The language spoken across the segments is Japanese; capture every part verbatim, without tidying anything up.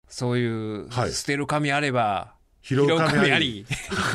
そういう、 はい、 捨てる紙あれば拾う紙あり。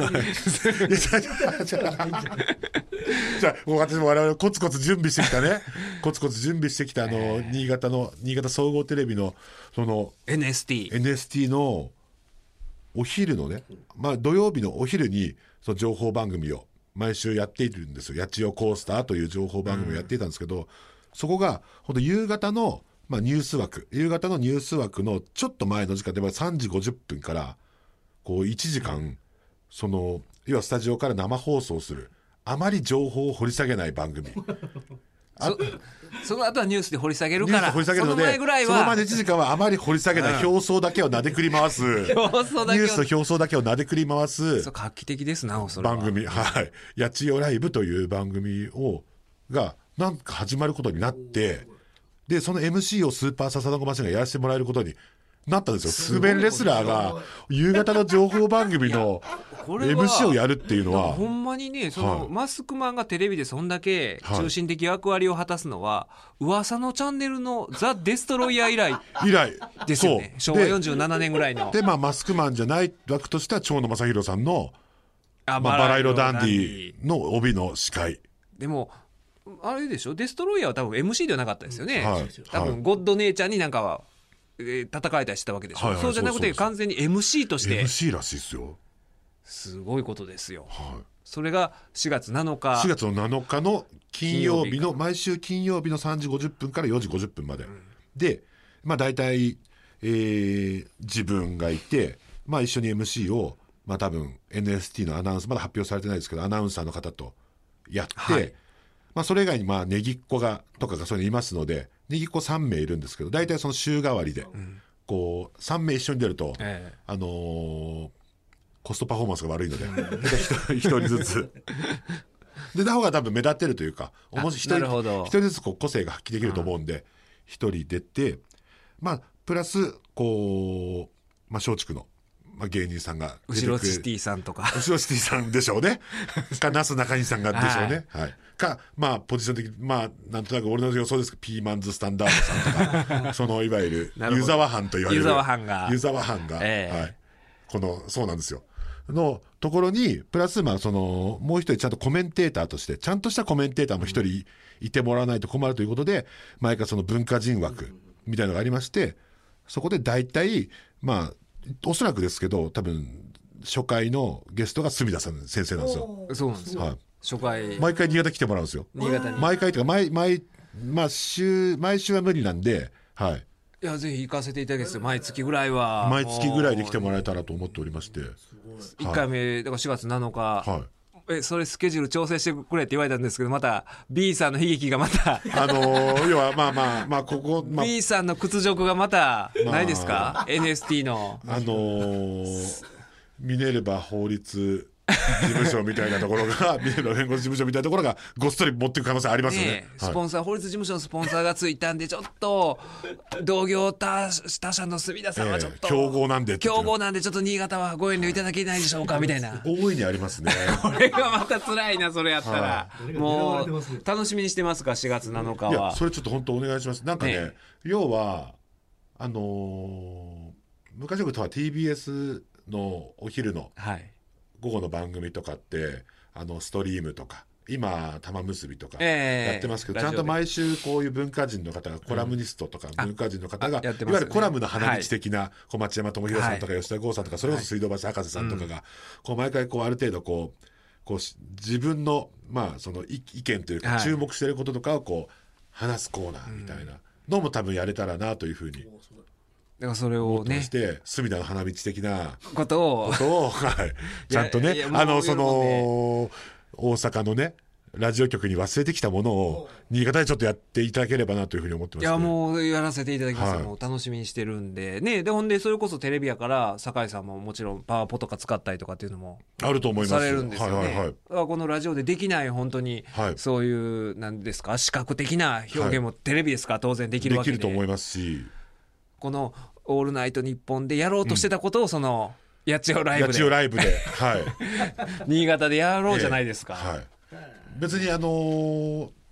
じゃあもう私も我々コツコツ準備してきたねコツコツ準備してきたあの、えー、新潟の新潟総合テレビのそのエヌエスティーエヌエスティー のお昼のね、まあ、土曜日のお昼にその情報番組を毎週やっているんですよ。八千代コースターという情報番組をやっていたんですけど、うん、そこがほんと夕方の、まあ、ニュース枠夕方のニュース枠のちょっと前の時間でさんじごじゅっぷんからこういちじかん、うん、その要はスタジオから生放送するあまり情報を掘り下げない番組そ, その後はニュースで掘り下げるから掘り下げるのでその前ぐらいはその前のいちじかんはあまり掘り下げない、うん、表層だけをなでくり回す表層だけをニュースと表層だけをなでくり回すそう画期的ですなそれは番組、はい、八千代ライブという番組をがなんか始まることになってでその エムシー をスーパーササダゴマシンがやらせてもらえることになったんですよ。覆面レスラーが夕方の情報番組の エムシー をやるっていうのはほんまにねその、はい、マスクマンがテレビでそんだけ中心的役割を果たすのは、はい、噂のチャンネルのザ・デストロイヤー以来以来ですよね。昭和よんじゅうななねんぐらいので、まあ、マスクマンじゃない枠としては長野正弘さんのあ、まあ、バラ色ダンディの帯の司会でもあれでしょデストロイヤーは多分 エムシー ではなかったですよね、はい、多分、 はい、 ゴッドネイチャーになんかは戦えたりしたわけでしょ、はいはい、そうじゃなくて完全に エムシー としてエムシー らしいですよ。 すごいことですよ、 はい、 それがしがつなのかしがつのなのかの金曜日の毎週金曜日のさんじごじゅっぷんからよじごじゅっぷんまで、うん、で、まあ、大体、えー、自分がいて、まあ、一緒に エムシー を、まあ、多分 エヌエスティー のアナウンスまだ発表されてないですけどアナウンサーの方とやって、はい、まあ、それ以外にまあネギっ子がとかがそういうのいますのでネギっ子さんめいいるんですけど大体その週替わりで、うん、こうさんめい一緒に出ると、ええ、あのー、コストパフォーマンスが悪いので一人ずつ出た方が多分目立ってるというか一人, 一人ずつこう個性が発揮できると思うんで一、うん、人出てまあプラスこう、まあ、松竹のまあ、芸人さんが後ろシティさんとか後ろシティさんでしょうねかなすなかにしさんがでしょうね、はいはい、かまあポジション的にまあなんとなく俺の予想ですけどピーマンズスタンダードさんとかそのいわゆる湯沢藩と言われる湯沢藩が湯沢藩が、えーはい、このそうなんですよのところにプラスまあそのもう一人ちゃんとコメンテーターとしてちゃんとしたコメンテーターも一人いてもらわないと困るということで毎回その文化人枠みたいなのがありましてそこで大体まあおそらくですけど多分初回のゲストが隅田さん先生なんですよ。 そうなんですよ、はい、初回毎回新潟来てもらうんですよ。 新潟に毎回というか 毎, 毎, まあ、週毎週は無理なんで、はい、 いやぜひ行かせていただきますよ。毎月ぐらいは毎月ぐらいで来てもらえたらと思っておりまして、いっかいめだからしがつなのか、はい、えそれスケジュール調整してくれって言われたんですけどまた B さんの悲劇がまたあのー、要はまあまあまあここ、まあ、 B さんの屈辱がまたないですか、まあ、エヌエスティー のあのー、ミネルヴァ法律事務所みたいなところがミネルヴァ弁護士事務所みたいなところがごっそり持っていく可能性ありますよね。ねスポンサー、はい、法律事務所のスポンサーがついたんでちょっと同業他社の隅田さんはちょっと、 えー、競合なんで競合なんでちょっと新潟はご遠慮いただけないでしょうかみたいな大いにありますねこれがまた辛いなそれやったら、はい、もう楽しみにしてますかしがつなのかは。いやそれちょっと本当お願いします。なんか ね, ね要はあのー、昔よく ティービーエス のお昼の、はい午後の番組とかってあのストリームとか今玉結びとかやってますけど、えー、ちゃんと毎週こういう文化人の方がコラムニストとか文化人の方が、うんね、いわゆるコラムの花道的な、はい、小町山智博さんとか吉田剛さんとか、はい、それこそ水道橋博士さんとかが、はい、こう毎回こうある程度こうこう自分の、まあ、その意見というか注目していることとかをこう話すコーナーみたいなのも多分やれたらなというふうに、うんだからそれをねして隅田の花道的なことをことを、はい、ちゃんとねあのその大阪のねラジオ局に忘れてきたものを新潟でちょっとやっていただければなというふうに思ってます、ね、 いやもうやらせていただきます、はい、もう楽しみにしてるんでね。でほんでそれこそテレビやから酒井さんももちろんパワポとか使ったりとかっていうのもあると思いますされるんですよね、 はいはいはい、 だからこのラジオでできない本当に、はい、そういうなんですか視覚的な表現もテレビですから当然できるわけで、 できると思いますしこのオールナイトニッポンでやろうとしてたことをその八千代ライブで、 八千代ライブで、はい、 新潟でやろうじゃないですか、 えーはい、別にあのー、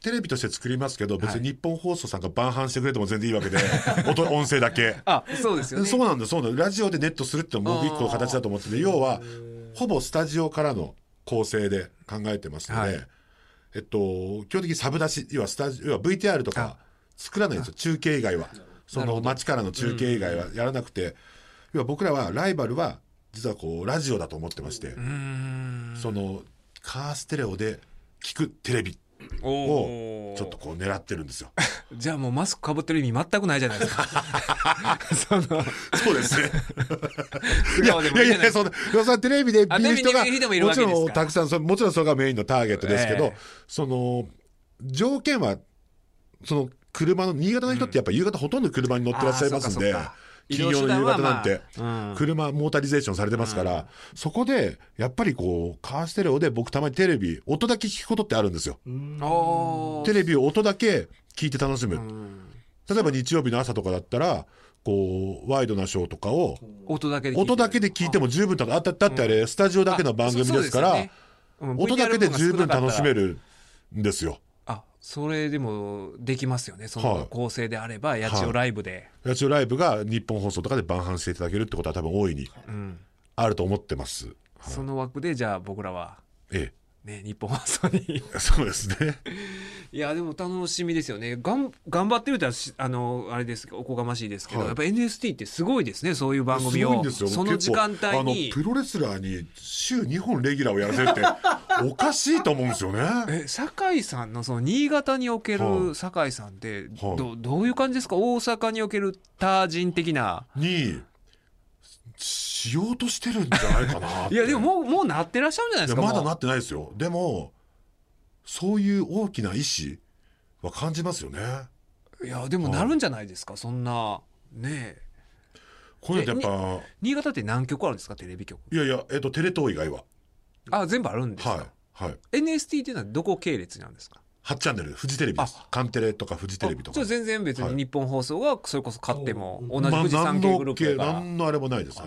テレビとして作りますけど、別に日本放送さんが伴反してくれても全然いいわけで、音音声だけ。 あ、そうですよね。 そうなんだ、そうなんだ。ラジオでネットするってのも僕一個の形だと思ってて、要はほぼスタジオからの構成で考えてますので、はい、えっと基本的にサブ出し、要はスタジオ、要は ブイティーアール とか作らないんですよ、中継以外は。その街からの中継以外はやらなくて、要は僕らはライバルは実はこうラジオだと思ってまして、うーん、そのカーステレオで聞くテレビをちょっとこう狙ってるんですよ。 じゃあもうマスクかぶってる意味全くないじゃないですか。 そのそうですね。いやいやいや、そんなそのテレビで見る人がもちろんたくさん、そもちろんそれがメインのターゲットですけど、えー、その条件はその車の新潟の人ってやっぱ夕方ほとんど車に乗ってらっしゃいますんで、うん、金曜の夕方なんて車モータリゼーションされてますから、うん、そこでやっぱりこうカーステレオで僕たまにテレビ音だけ聞くことってあるんですよ。テレビを音だけ聞いて楽しむ。例えば日曜日の朝とかだったらこうワイドなショーとかを音だけで音だけで聞いても十分だだってあれスタジオだけの番組ですから、音だけで十分楽しめるんですよ。 あ、それでもできますよね。その構成であれば、八千代ライブで、 はい、八千代ライブが日本放送とかで伴反していただけるってことは多分大いにあると思ってます、うん、 はい、その枠でじゃあ僕らは、ええね、日本放送にそうですね。 いやでも楽しみですよね。がん頑張ってるってあのあれですおこがましいですけど、はい、やっぱ エヌエスティー ってすごいですね。そういう番組をすごいんですよ。その時間帯にあのプロレスラーに週にほんレギュラーをやらせるっておかしいと思うんですよね。 え酒井さんのその新潟における酒井さんって、はい、ど, どういう感じですか。大阪におけるタージン的なにしようとしてるんじゃないかなって。 いやでももうもうなってらっしゃるんじゃないですか。 まだなってないですよ。でもそういう大きな意志は感じますよね。 いやでもなるんじゃないですか、はい、そんなねえ。 これやっぱ新潟って何局あるんですかテレビ局。 いやいや、えっと、テレ東以外はあ全部あるんですか。 はいはい。 エヌエスティー っていうのはどこ系列なんですか。 はちチャンネルフジテレビです。カンテレとかフジテレビとか。 じゃあ全然別に日本放送がそれこそ買っても同じフジサンケイグループだから、 まあ、何のあれもないですね。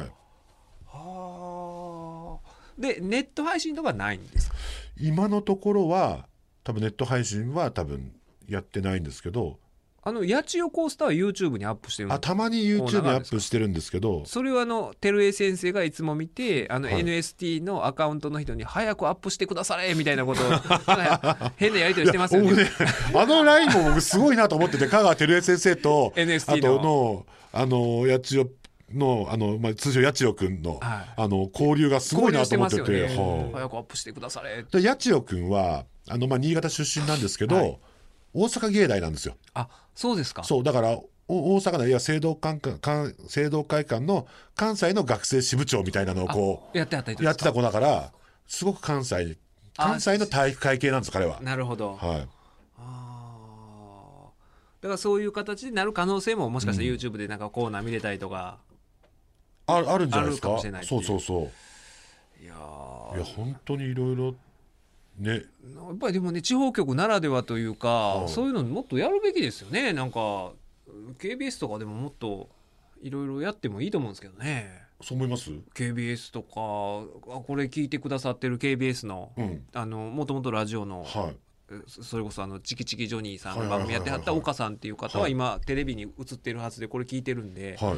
はあ。でネット配信とかないんですか。 今のところは多分ネット配信は多分やってないんですけど、 あの八千代コースターは YouTube にアップしてるんですか。 あたまに YouTube にアップしてるんですけど、 それはあの照江先生がいつも見てあの エヌエスティー のアカウントの人に早くアップしてくだされみたいなことを変なやり取りしてますよ ね, ねあのラインも僕すごいなと思ってて、香川照江先生とエヌエスティー のあとのあの八千代のあの、まあ、通称八千代くん の,、はい、あの交流がすごいなと思ってて、 ね、はあ、早くアップしてくだされ。 で八千代くんはあの、まあ、新潟出身なんですけど、はい、大阪芸大なんですよ。 あ、そうですか。 そうだから大阪のいや聖堂会館聖堂会館の関西の学生支部長みたいなのをこうやってたやってた子だから、すごく関西関西の体育会系なんです彼は。 なるほど、 はい、 あだからそういう形になる可能性ももしかしたら YouTube でなんかコーナー見れたりとか、 うん、あ, あるんじゃないですか。 あるかもしれない。 そうそうそう。 いやいや本当にいろいろね、 やっぱりでもね地方局ならではというか、はあ、そういうのもっとやるべきですよね。なんか ケービーエス とかでももっといろいろやってもいいと思うんですけどね。 そう思います。 ケービーエス とかこれ聞いてくださってる ケービーエス の、うん、あのもともとラジオの、はい、それこそあのチキチキジョニーさんの番組やってはった岡さんっていう方は今テレビに映ってるはずでこれ聞いてるんで、はい、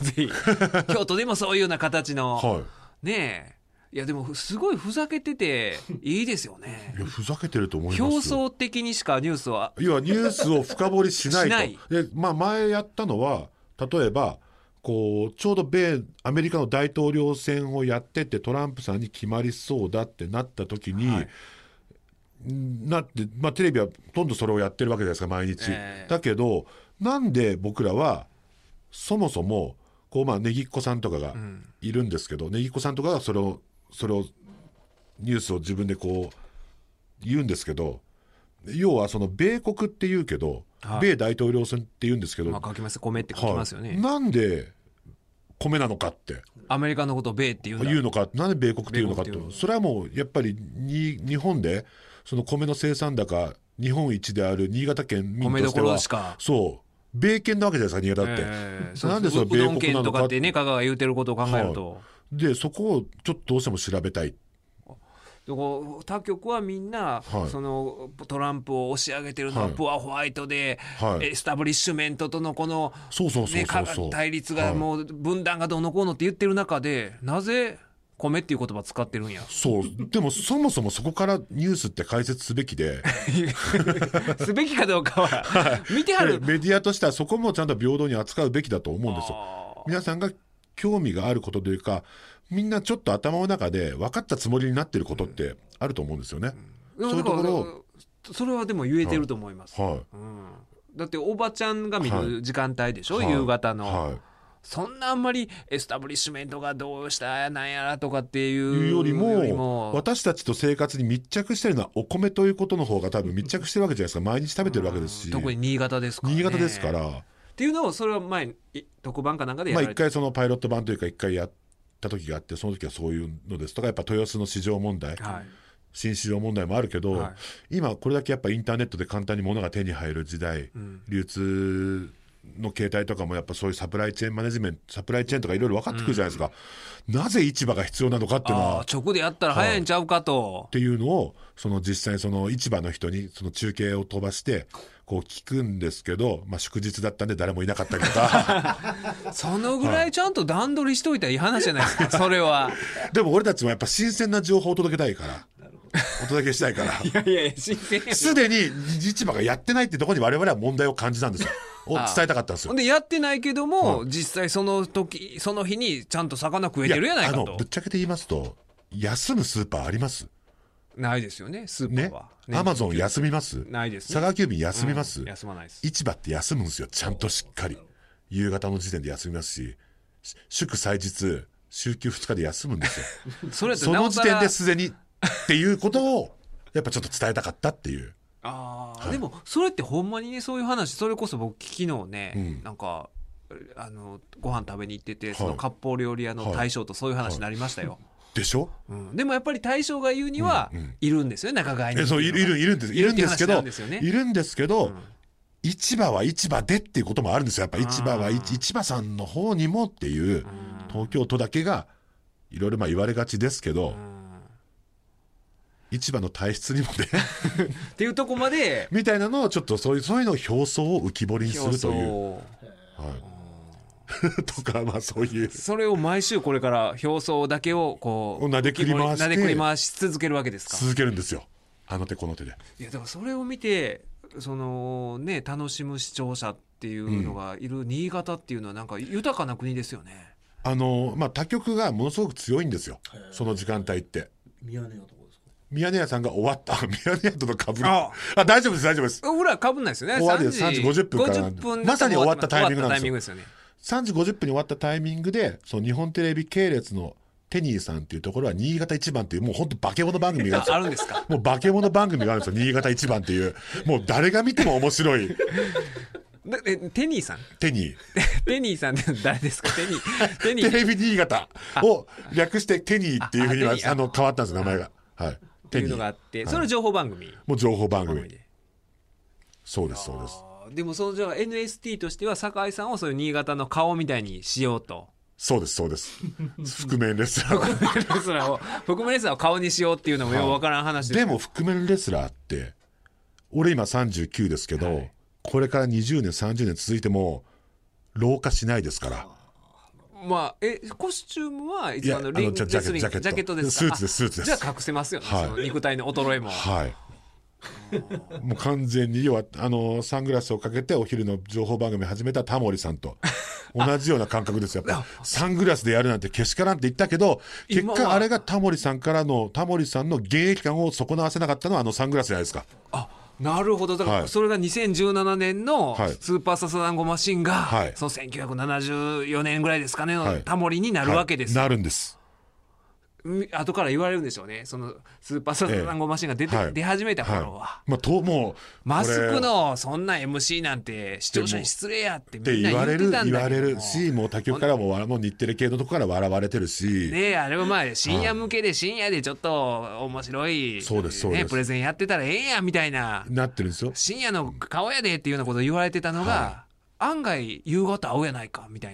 ぜひ京都でもそういうような形の、はい、ねえ。いやでもすごいふざけてていいですよね。 いやふざけてると思いますよ。 表層的にしかニュースは、 いやニュースを深掘りしないとしないで、まあ、前やったのは例えばこうちょうど米アメリカの大統領選をやっててトランプさんに決まりそうだってなった時に、はい、なって、まあ、テレビはほとんどそれをやってるわけじゃないですか毎日、えー、だけどなんで僕らはそもそもこう、まあ、ねぎっこさんとかがいるんですけど、うん、ねぎっこさんとかがそれをそれをニュースを自分でこう言うんですけど、要はその米国って言うけど、はい、米大統領選って言うんですけど、 まあ、書きます米って書きますよね、 はい、なんで米なのかって、 アメリカのことを米って言うんだ言うのか、なんで米国って言うのかって、それはもうやっぱりに日本でその米の生産高日本一である新潟県民としては米どころしか、 そう米県なわけじゃないですか新潟って、えー、なんでそれ米国なのか、うどん県とかってね香川が言うてることを考えると、 はい、でそこをちょっとどうしても調べたい。 他局はみんな、はい、そのトランプを押し上げてるのは、はい、プアホワイトで、はい、エスタブリッシュメントとのこの対立がもう分断がどうのこうのって言ってる中で、なぜ米っていう言葉使ってるんや。 そうでもそもそもそこからニュースって解説すべきですべきかどうかは見てはるメディアとしてはそこもちゃんと平等に扱うべきだと思うんですよ。皆さんが興味があることというか、みんなちょっと頭の中で分かったつもりになってることってあると思うんですよね、うん、そういうところをそれはでも言えてると思います、はいはい、うん、だっておばちゃんが見る時間帯でしょ、はい、夕方の、はい、そんなあんまりエスタブリッシュメントがどうしたなんやらとかっていうよりも、よりも私たちと生活に密着してるのはお米ということの方が多分密着してるわけじゃないですか。毎日食べてるわけですし、 特に新潟ですからね。 新潟ですからっていうのをそれは前特番かなんかでやられて、 まあ、一回そのパイロット版というか一回やった時があって、その時はそういうのですとか、やっぱ豊洲の市場問題、はい、新市場問題もあるけど、はい、今これだけやっぱインターネットで簡単に物が手に入る時代、うん、流通の形態とかもやっぱそういうサプライチェーンマネジメント、サプライチェーンとかいろいろ分かってくるじゃないですか、うん、なぜ市場が必要なのかっていうのは、 直でやったら早いんちゃうかと、 はい、っていうのをその実際その市場の人にその中継を飛ばしてこう聞くんですけど、まあ、祝日だったんで誰もいなかったりとかそのぐらいちゃんと段取りしといたらいい話じゃないですか、はい、それはでも俺たちもやっぱ新鮮な情報を届けたいからお届けしたいからいやいやいや新鮮やすでに市場がやってないってところに我々は問題を感じたんですよを伝えたかったんですよ。 でやってないけども、うん、実際その時その日にちゃんと魚食えてるやないかと。 あのぶっちゃけて言いますと休むスーパーあります？ ないですよね、スーパーは。 アマゾン休みます？ ないです、ね、 佐川急便休みます、 うん、休まないです。 市場って休むんですよ、ちゃんとしっかり夕方の時点で休みますし、祝祭日週休ふつかで休むんですよそれその時点ですでにっていうことをやっぱちょっと伝えたかったっていう。 あ、はい、でもそれってほんまにね、そういう話、それこそ僕昨日ね、うん、なんかあのご飯食べに行ってて、その割烹料理屋の大将とそういう話になりましたよ、はいはいでしょ、 うん、でもやっぱり大将が言うには、うんうん、いるんですよ、仲買に。 そういるいるんですいるんですけど、いるんですけど、うん、市場は市場でっていうこともあるんですよ。やっぱ市場は市場さんの方にもっていう、東京都だけがいろいろまあ言われがちですけど、市場の体質にもねっていうとこまでみたいなのをちょっとそういうそういうのを表層を浮き彫りにするという、はいとか、まあそういうそれを毎週これから表層だけをこうなでくり回してなでくり回し続けるわけですか。 続けるんですよ、あの手この手で。 いやだからそれを見てそのね楽しむ視聴者っていうのがいる新潟っていうのはなんか豊かな国ですよね。 あのまあ他局がものすごく強いんですよ、その時間帯って。 宮根屋とかですか。 宮根屋さんが終わった宮根屋とのかぶり、ああ大丈夫です大丈夫です。 裏かぶんないですよね。 終わりです。さんじごじゅっぷんからまさに終わったタイミングなんですよ。さんじごじゅっぷんに終わったタイミングで、その日本テレビ系列のテニーさんっていうところは新潟一番っていうもう本当化け物番組があるんですか。 もう化け物番組があるんですよ新潟一番っていう、もう誰が見ても面白いテニーさんテニーテニーさんって誰ですか。テニーテニーテレビ新潟を略してテニーっていうふうにはあの変わったんです名前が、はい、 っていうのがあって、それは情報番組、はい、 もう情報番組そうですそうです。 でもそのじゃあ エヌエスティー としては酒井さんをそういう新潟の顔みたいにしようと。 そうですそうです覆面レスラー覆面レスラーを覆面レスラーを顔にしようっていうのもよくわからん話です、 はい、でも覆面レスラーって俺今さんじゅうきゅうですけど、はい、これからにじゅうねんさんじゅうねん続いても老化しないですから。 まあ、えコスチュームはいつものリングレスリングジャケットですか。 スーツですスーツです。 じゃあ隠せますよね、はい、その肉体の衰えも。 はいもう完全に要はあのサングラスをかけてお昼の情報番組始めたタモリさんと同じような感覚ですよ。やっぱサングラスでやるなんてけしからんって言ったけど、結果あれがタモリさんからのタモリさんの現役感を損なわせなかったのはあのサングラスじゃないですか。 あ、なるほど。だからそれがにせんじゅうななねんのスーパーササダンゴマシンが、はい、そのせんきゅうひゃくななじゅうよねんぐらいですかねの、はい、タモリになるわけです、 はい、なるんです。 後から言われるんでしょうね、そのスーパーサザンゴマシンが出て、はい、出始めた頃は、はい、 まあ、ともうマスクのそんな エムシー なんて視聴者に失礼やってみんな言ってたんだけども、 言われる言われるし、もう他局からももう日テレ系のとこから笑われてるし、 ね、あれはまあ深夜向けで深夜でちょっと面白い、 そうですそうです、 ね、プレゼンやってたらええやんみたいななってるんですよ。 深夜の顔やでっていうようなことを言われてたのが、はい、案外夕方青やないかみたいな。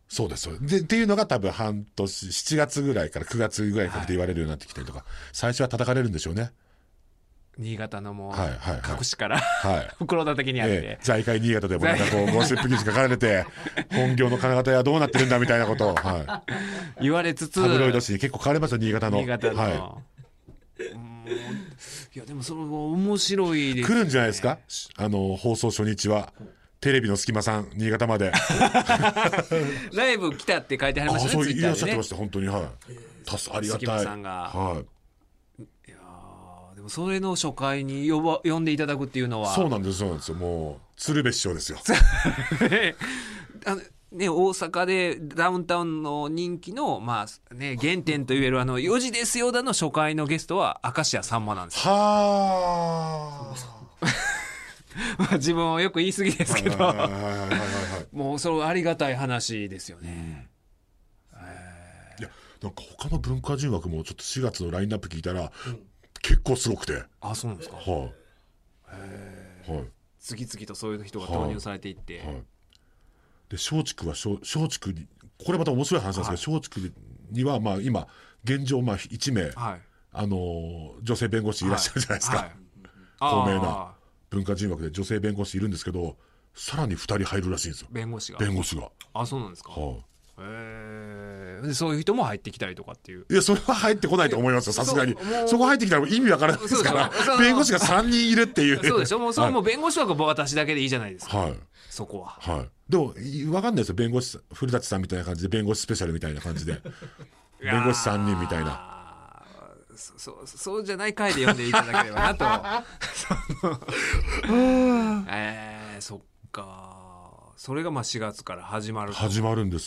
そうですでっていうのが多分半年しちがつぐらいからくがつぐらいかけて言われるようになってきたりとか、はい、最初は叩かれるんでしょうね。 新潟のもう、 はいはいはい、 隠しから、はい、袋田的にあって、ええ、在海新潟でもなんかこうゴシップ記事書かれて本業の金型屋どうなってるんだみたいなことを、はい、 言われつつタブロイド紙に結構書かれますよ新潟の。 新潟の、はい、うんいやでもそれは面白いですね。 来るんじゃないですかあの放送初日はテレビの隙間さん新潟までライブ来たって書いてありましたね。 あそういらっしゃってました本当に、はい、助ありがたい。 隙間さんが、 はいでもそれの初回に呼ば呼んでいただくっていうのはそうなんですそうなんですよ。もう鶴瓶師匠ですよあの、ね、大阪でダウンタウンの人気の、まあね、原点といえるあのよじですよだの初回のゲストは明石家さんまなんですよ。 はあ自分はよく言い過ぎですけどもうそれありがたい話ですよね、 うんえー、いやなんか他の文化人枠もちょっとしがつのラインナップ聞いたら、うん結構すごくて。 あ、そうなんですか。 はい、 へー、はい、次々とそういう人が投入されていって、はいはい、 で松竹は松竹にこれまた面白い話なんですけど、はい、松竹にはまあ今現状まあいちめい、はい、あの女性弁護士いらっしゃるじゃないですか、はいはい、高名な文化人枠で女性弁護士いるんですけどさらにふたり入るらしいんですよ弁護士が。弁護士が。 あ、そうなんですか。はいえー、でそういう人も入ってきたりとかっていう。 いやそれは入ってこないと思いますよさすがに。 そ, そこ入ってきたら意味わからないですから弁護士がさんにんいるっていう。 そうでしょもうそれも弁護士枠は私だけでいいじゃないですか、はい、そこは、 はい、でもわかんないですよ弁護士古舘さんみたいな感じで弁護士スペシャルみたいな感じで弁護士さんにんみたいなそ, そ, そうじゃない回で読んでいただければなとえー、そっかそれがまあしがつから始まる始まるんです。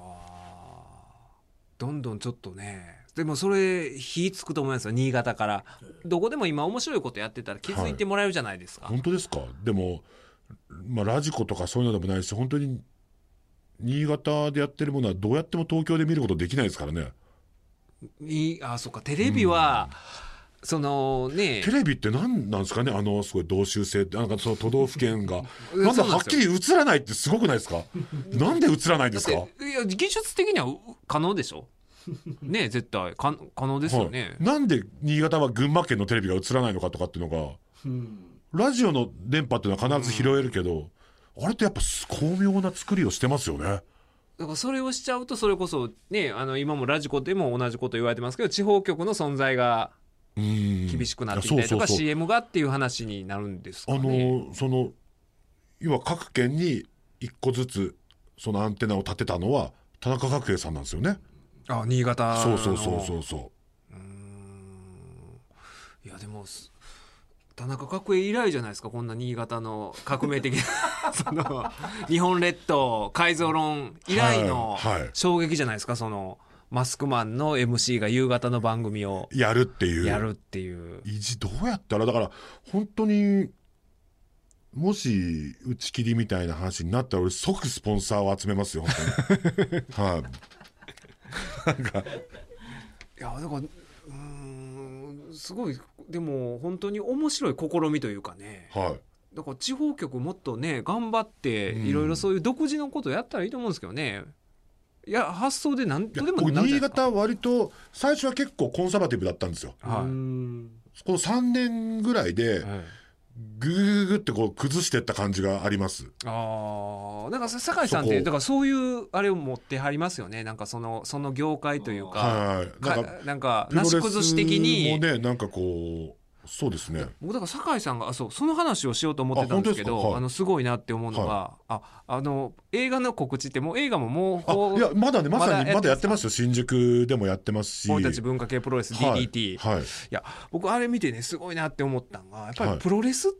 どんどんちょっとねでもそれ火つくと思いますよ新潟からどこでも今面白いことやってたら気づいてもらえるじゃないですか、はい、 本当ですか。でも、まあ、ラジコとかそういうのでもないし本当に新潟でやってるものはどうやっても東京で見ることできないですからね。 いあそっかテレビは、うん、そのねテレビって何なんですかねあのすごい同州制ってなんかその都道府県がなんではっきり映らないってすごくないですかなんで映らないんですか。いや技術的には可能でしょね絶対可能ですよね、 はい、なんで新潟は群馬県のテレビが映らないのかとかっていうのが、うん、ラジオの電波っていうのは必ず拾えるけど、うん、あれってやっぱ巧妙な作りをしてますよね。 だからそれをしちゃうとそれこそねあの今もラジコでも同じこと言われてますけど地方局の存在が厳しくなってきたりとか シーエム がっていう話になるんですかね。 あのその要は各県にいっこずつそのアンテナを立てたのは田中角平さんなんですよね。 あ新潟のそうそうそうそうそううーんいやでも田中角栄以来じゃないですかこんな新潟の革命的なその日本列島改造論以来の衝撃じゃないですか、はいはい、そのマスクマンの エムシー が夕方の番組をやるっていうやるっていう意地どうやったらだから本当にもし打ち切りみたいな話になったら俺即スポンサーを集めますよ本当にはいなんかいやだからうーんすごいでも本当に面白い試みというかね、はい、だから地方局もっとね頑張っていろいろそういう独自のことやったらいいと思うんですけどね。いや発想で何とでもなるじゃないですか。 新潟は割と最初は結構コンサバティブだったんですよ、はい、このさんねんぐらいで、はいグーグーってこう崩していった感じがあります。 ああ、だから酒井さんってだからそういうあれを持ってはりますよね。なんかそのその業界というか、はい、なんかなんかなし崩し的にもねなんかこうそうですね。 僕だから酒井さんがそうその話をしようと思ってたんですけど、あ、はい、あのすごいなって思うのが、はい、ああの映画の告知ってもう映画ももういやまだねまさにまだやってますよ。新宿でもやってますし。 俺たち文化系プロレス ディーディーティー、はいはい、いや僕あれ見てねすごいなって思ったのがやっぱりプロレスって、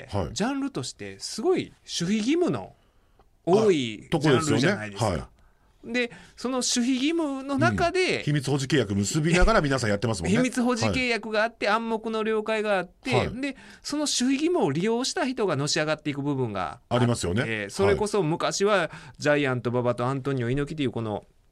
はい、ジャンルとしてすごい守秘義務の多いジャンルじゃないですか。はいでその守秘義務の中で、 うん、秘密保持契約結びながら皆さんやってますもんね。 秘密保持契約があって、はい、暗黙の了解があって、はい、でその守秘義務を利用した人がのし上がっていく部分が あ, ありますよね。 それこそ昔はジャイアント馬場とアントニオ猪木というこの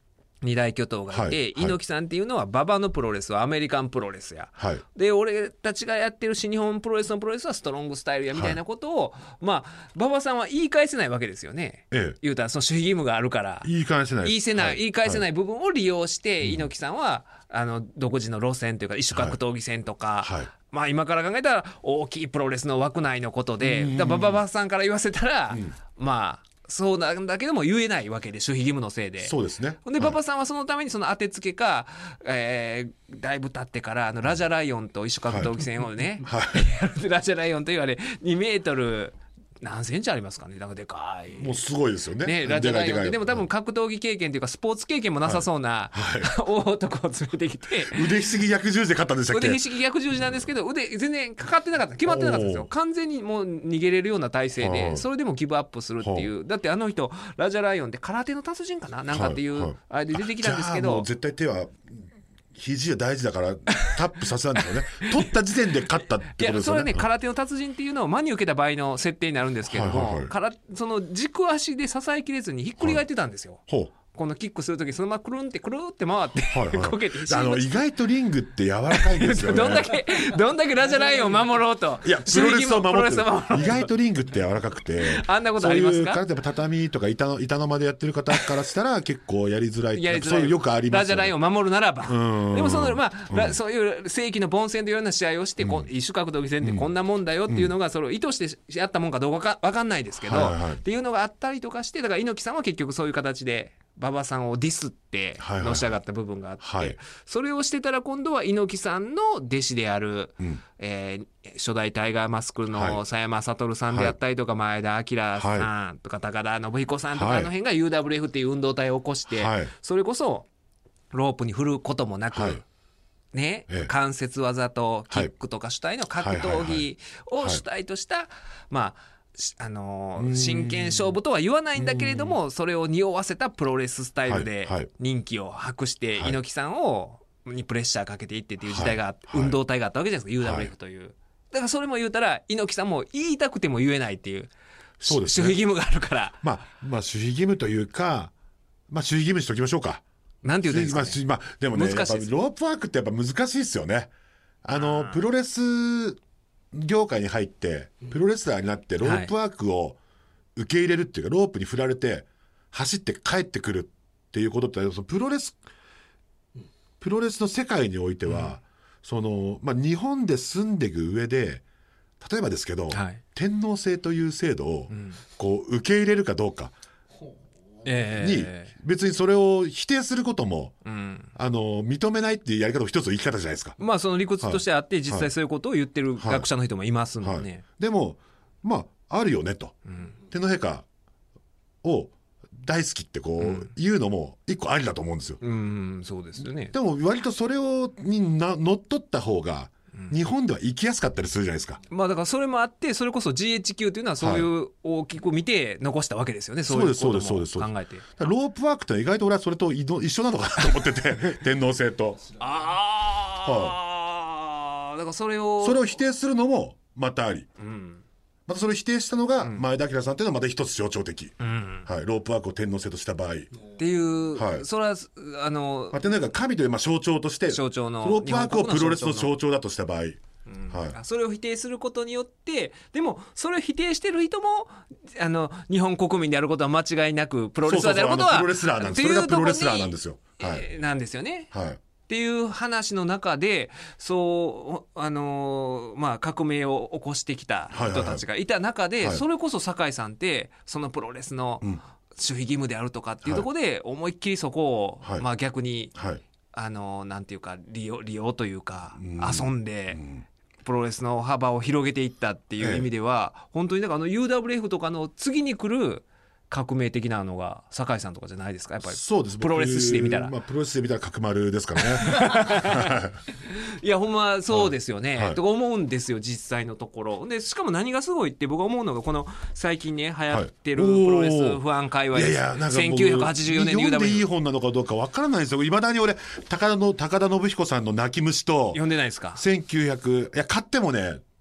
二大巨頭がいて、はい、猪木さんっていうのは馬場のプロレスはアメリカンプロレスや、はい、で俺たちがやってる新日本プロレスのプロレスはストロングスタイルやみたいなことを、はい、まあ馬場さんは言い返せないわけですよね、ええ、言うたらその守秘義務があるから言い返せない言いせない、はい、言い返せない部分を利用して、はい、猪木さんはあの独自の路線というか異種格闘技戦とか、はいはい、まあ、今から考えたら大きいプロレスの枠内のことでだ馬場さんから言わせたら、うん、まあそうなんだけども言えないわけで守秘義務のせいでそうですね。 で馬場さんはそのためにその当てつけか、えー、だいぶ経ってからあのラジャライオンと異種格闘技戦をね、はいはい、ラジャライオンと言われにメートル何センチありますかね、なんかでかいもうすごいですよ ね, ねラジャライオンってでも多分格闘技経験というかスポーツ経験もなさそうな、はいはい、大男を連れてきて腕ひしぎ逆十字で勝ったんでしたっけ。 腕ひしぎ逆十字なんですけど腕全然かかってなかった決まってなかったんですよ。完全にもう逃げれるような体勢でそれでもギブアップするっていうだってあの人ラジャライオンって空手の達人かななんかっていう、はいはい、あれで出てきたんですけどもう絶対手は肘は大事だからタップさせたんですよね取った時点で勝ったってことですよね。いやそれね空手の達人っていうのを真に受けた場合の設定になるんですけども、はいはいはい、からその軸足で支えきれずにひっくり返ってたんですよ、はい、このキックするときそのままくるんってくるって回って、はいはい、こけてあの意外とリングって柔らかいんですよねどんだけどんだけラジャライオンを守ろうといやプロレスを守ってる意外とリングって柔らかくてあんなことありますか。 そういう畳とか板の板の間でやってる方からしたら結構やりづらいやりづらいそういうよくありますよね。 ラジャライオンを守るならばでもその、まあうん、そういう正規の凡戦というような試合をして、うん、異種格闘技戦ってこんなもんだよっていうのが、うん、それを意図してやったもんかどうか分かんないですけど、はいはい、っていうのがあったりとかしてだから猪木さんは結局そういう形で馬場さんをディスってのし上がった部分があって、はいはい、それをしてたら今度は猪木さんの弟子である、うんえー、初代タイガーマスクの佐山悟さんであったりとか、はい、前田明さんとか高田信彦さんとか、はい、あの辺が ユーダブリューエフ っていう運動体を起こして、はい、それこそロープに振ることもなく、はいねええ、関節技とキックとか主体の格闘技を主体とした、はいはいはいはい、まああのー、真剣勝負とは言わないんだけれどもそれを匂わせたプロレススタイルで人気を博して、はいはい、猪木さんをにプレッシャーかけていってっていう時代が、はいはい、運動体があったわけじゃないですか、はい、ユーダブリューエフ というだからそれも言うたら猪木さんも言いたくても言えないっていうそうです、ね、守秘義務があるから、 まあ、まあ守秘義務というか、まあ、守秘義務にしておきましょうか。 なんて言うんですかね、 まあまあ、でもね難しいです。ロープワークってやっぱ難しいですよね。あのプロレス業界に入ってプロレスラーになってロープワークを受け入れるっていうか、ロープに振られて走って帰ってくるっていうことってそのプロレスプロレスの世界においては、うん、そのまあ、日本で住んでいく上で例えばですけど、はい、天皇制という制度をこう受け入れるかどうかに別にそれを否定することも、うん、あの認めないっていうやり方も一つの生き方じゃないですか。 まあその理屈としてあって、はい、実際そういうことを言ってる学者の人もいますもんね、はいはい、 でもまああるよねと、うん、天皇陛下を大好きってこう、うん、言うのも一個ありだと思うんですよ。 うん、そうですよね。 でも割とそれをにな乗っ取った方が日本では生きやすかったりするじゃないですか。 まあだからそれもあってそれこそ ジーエイチキュー というのはそういう大きく見て残したわけですよね、はい、そういうことも考えて。 ロープワークって意外と俺はそれと一緒なのかなと思ってて天皇制とああ、はあ、だからそれをそれを否定するのもまたあり、うん、またそれを否定したのが前田明さんっていうのはまた一つ象徴的、うんはい、ロープワークを天皇制とした場合っていう、はい、それはあの、 まあ、天皇が神というまあ象徴として象徴のロープワークをプロレスの象徴だとした場合、 うんはい、それを否定することによってでもそれを否定してる人もあの日本国民であることは間違いなくプロレスラーであることはプロレスラーなんです。それがプロレスラーなんですよ、はいえー、なんですよね、 はい、 っていう話の中でそうあのーまあ、革命を起こしてきた人たちがいた中で、はいはいはい、それこそ酒井さんってそのプロレスの守秘義務であるとかっていうところで思いっきりそこを、はいまあ、逆に、はいあのー、なんていうか利用、利用というか、うん、遊んで、うんプロレスの幅を広げていったっていう意味では、ええ、本当にだからあの ユーダブリューエフ とかの次に来る革命的なのが酒井さんとかじゃないですか。やっぱりそうですプロレス史で見たら、 まあ、プロレスで見たら角丸ですからねいやほんまそうですよね、はい、とか思うんですよ実際のところで。しかも何がすごいって僕が思うのがこの最近ね流行ってるプロレスファン界隈です、はい、せんきゅうひゃくはちじゅうよねんに ユーダブリューエフ読んでいい本なのかどうか分からないんですよ。いまだに俺高田の高田信彦さんの泣き虫と読んでないですか。 せんきゅうひゃくいや買ってもね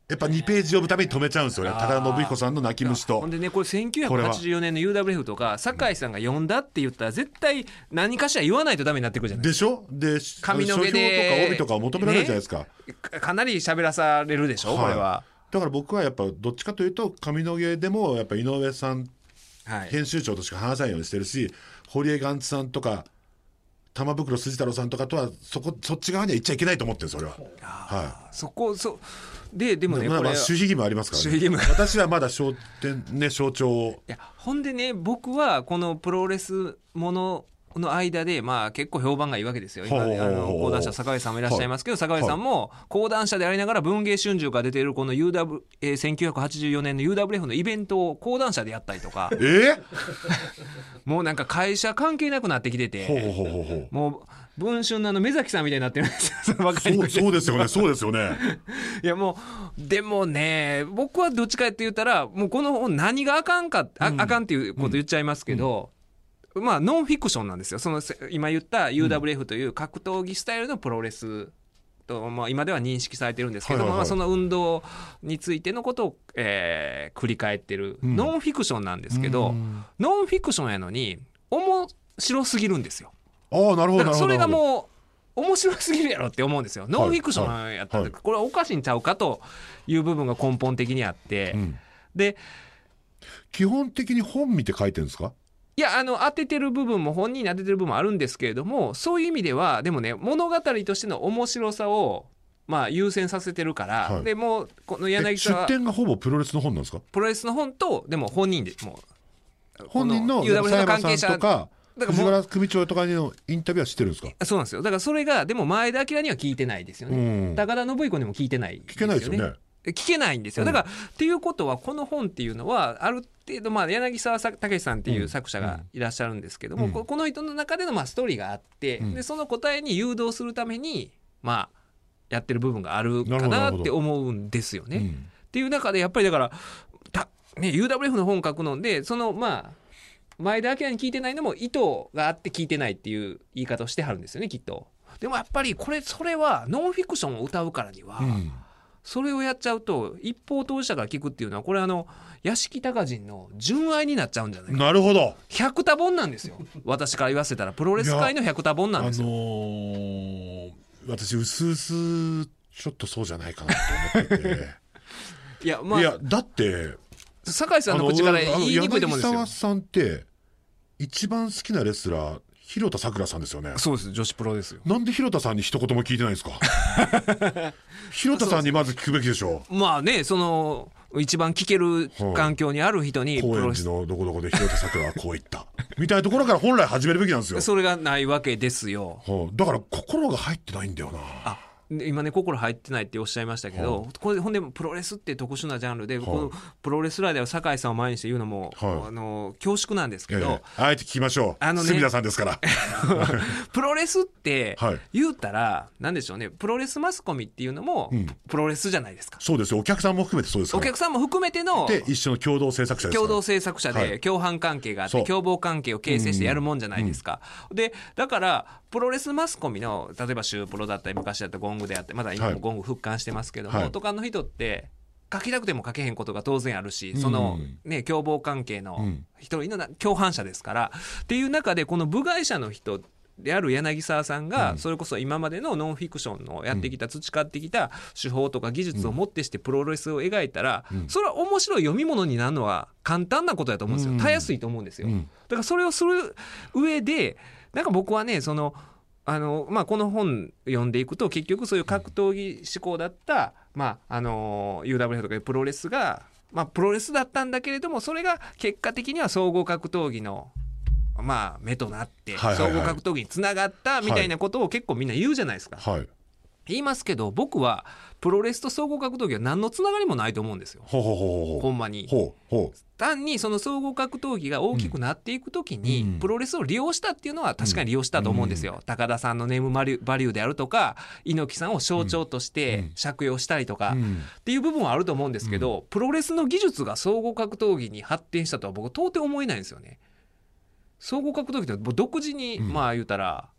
やっぱにページ読むために止めちゃうんですよね、高田信彦さんの泣き虫と。 ほんでね、これせんきゅうひゃくはちじゅうよねんの ユーダブリューエフ とか酒井さんが読んだって言ったら絶対何かしら言わないとダメになってくるじゃないですか。 でしょ。で髪の毛で書評とか帯とかを求められるじゃないですか、 ね、かなり喋らされるでしょ、はい、これは。 だから僕はやっぱどっちかというと髪の毛でもやっぱ井上さん、はい、編集長としか話さないようにしてるし、堀江元さんとか玉袋筋太郎さんとかとはそこそっち側には行っちゃいけないと思ってるんですよ俺は。はい、そこそででもね、 まあ、 これ守秘義務ありますからね。 守秘義務私はまだ商店ね象徴を。 いやほんでね、僕はこのプロレスものの間で、まあ、結構評判がいいわけですよ。今あの講談社坂井さんもいらっしゃいますけど、はい、坂井さんも講談社でありながら文藝春秋から出ているこの ユーダブリュー、えー、せんきゅうひゃくはちじゅうよねんの ユーダブリューエフ のイベントを講談社でやったりとか、 えー、 もうなんか会社関係なくなってきてて、ほうほうほうほう、もう文春のあの目崎さんみたいになってるんですよ。そのそう、そうですよね、そうですよね。 いやもうでもね、僕はどっちかって言ったらもうこの本何があかんか、あ、うん、あかんっていうこと言っちゃいますけど、うんうん、まあノンフィクションなんですよ。その今言った ユーダブリューエフ という格闘技スタイルのプロレスと、まあ、今では認識されてるんですけど、はいはいはい、まあ、その運動についてのことを、えー、繰り返ってる、うん、ノンフィクションなんですけど、ノンフィクションやのに面白すぎるんですよ。 ああ、なるほど。だからそれがもう面白すぎるやろって思うんですよ。ノンフィクションやったらこれはおかしいんちゃうかという部分が根本的にあって、うん、で基本的に本見て書いてるんですか？ いや、あの当ててる部分も本人に当ててる部分もあるんですけれども、そういう意味ではでもね、物語としての面白さをまあ優先させてるから、はい、でもうこの柳沢出典がほぼプロレスの本なんですか？ プロレスの本と、でも本人でもう本人のユーダブリューエフ の関係者とか藤原組長とかにのインタビューは知ってるんですか？ そうなんですよ。だからそれがでも前田明には聞いてないですよね、うん、高田信彦にも聞いてないですよね。 聞けないですよね。 聞けないんですよ。だから、うん、っていうことはこの本っていうのはある程度、まあ、柳沢武さんっていう作者がいらっしゃるんですけども、うん、この人の中でのまあストーリーがあって、うん、でその答えに誘導するために、まあ、やってる部分があるかなって思うんですよね、うん、っていう中でやっぱりだからた、ね、ユーダブリューエフ の本書くので、そのまあ前田明に聞いてないのも意図があって聞いてないっていう言い方をしてはるんですよね、きっと。でもやっぱりこれそれはノンフィクションを歌うからには、うん、それをやっちゃうと一方当事者から聞くっていうのは、これあの屋敷隆人の純愛になっちゃうんじゃないか。 なるほど。 百田本なんですよ。私から言わせたらプロレス界の百田本なんですよ。 あのー、私うすうすちょっとそうじゃないかなと思ってていや、まあ、 いやだって酒井さんの口から言いにくいと思うんですよ。 柳沢さんって一番好きなレスラー広田さくらさんですよね。 そうです、女子プロですよ。 なんで広田さんに一言も聞いてないんですか？広田さんにまず聞くべきでしょう。 まあね、その一番聞ける環境にある人に、 高円寺のどこどこで広田さくらはこう言ったみたいなところから本来始めるべきなんですよ。 それがないわけですよ。 だから心が入ってないんだよな。 あ、今ね、心入ってないっておっしゃいましたけど、はあ、これほんでプロレスって特殊なジャンルで、はあ、このプロレスラーでは酒井さんを前にして言うのも、はあ、あの恐縮なんですけど、 ええ、あえて聞きましょう。あの、ね、隅田さんですからプロレスって言うたら、はい、なんでしょうね、プロレスマスコミっていうのもプロレスじゃないですか、うん、 そうですよ。お客さんも含めてそうですから。 お客さんも含めてので一緒の共同制作者ですから。 共同制作者で共犯関係があって、はい、共謀関係を形成してやるもんじゃないですか、うん、でだからプロレスマスコミの例えばシュープロだったり昔だったらゴングであって、まだ今もゴング復刊してますけども、はい、とかの人って書きたくても書けへんことが当然あるし、その、ね、共謀関係の一人の共犯者ですから、っていう中でこの部外者の人である柳沢さんが、それこそ今までのノンフィクションのやってきた、培ってきた手法とか技術をもってしてプロレスを描いたら、それは面白い読み物になるのは簡単なことだと思うんですよ。たやすいと思うんですよ。だからそれをする上でなんか僕はね、そのあのまあ、この本読んでいくと結局そういう格闘技志向だった、まあ、あの ユーダブリューエフ とかプロレスが、まあ、プロレスだったんだけれども、それが結果的には総合格闘技の、まあ、目となって総合格闘技につながったみたいなことを結構みんな言うじゃないですか、はい、言いますけど、僕はプロレスと総合格闘技は何のつながりもないと思うんですよ。ほうほうほうほう、ほんまにほうほう、単にその総合格闘技が大きくなっていくときに、うん、プロレスを利用したっていうのは確かに利用したと思うんですよ、うん、高田さんのネームバリューであるとか、猪木さんを象徴として借用したりとか、うん、っていう部分はあると思うんですけど、うん、プロレスの技術が総合格闘技に発展したとは僕到底思えないんですよね。総合格闘技って独自に、うん、まあ言うたら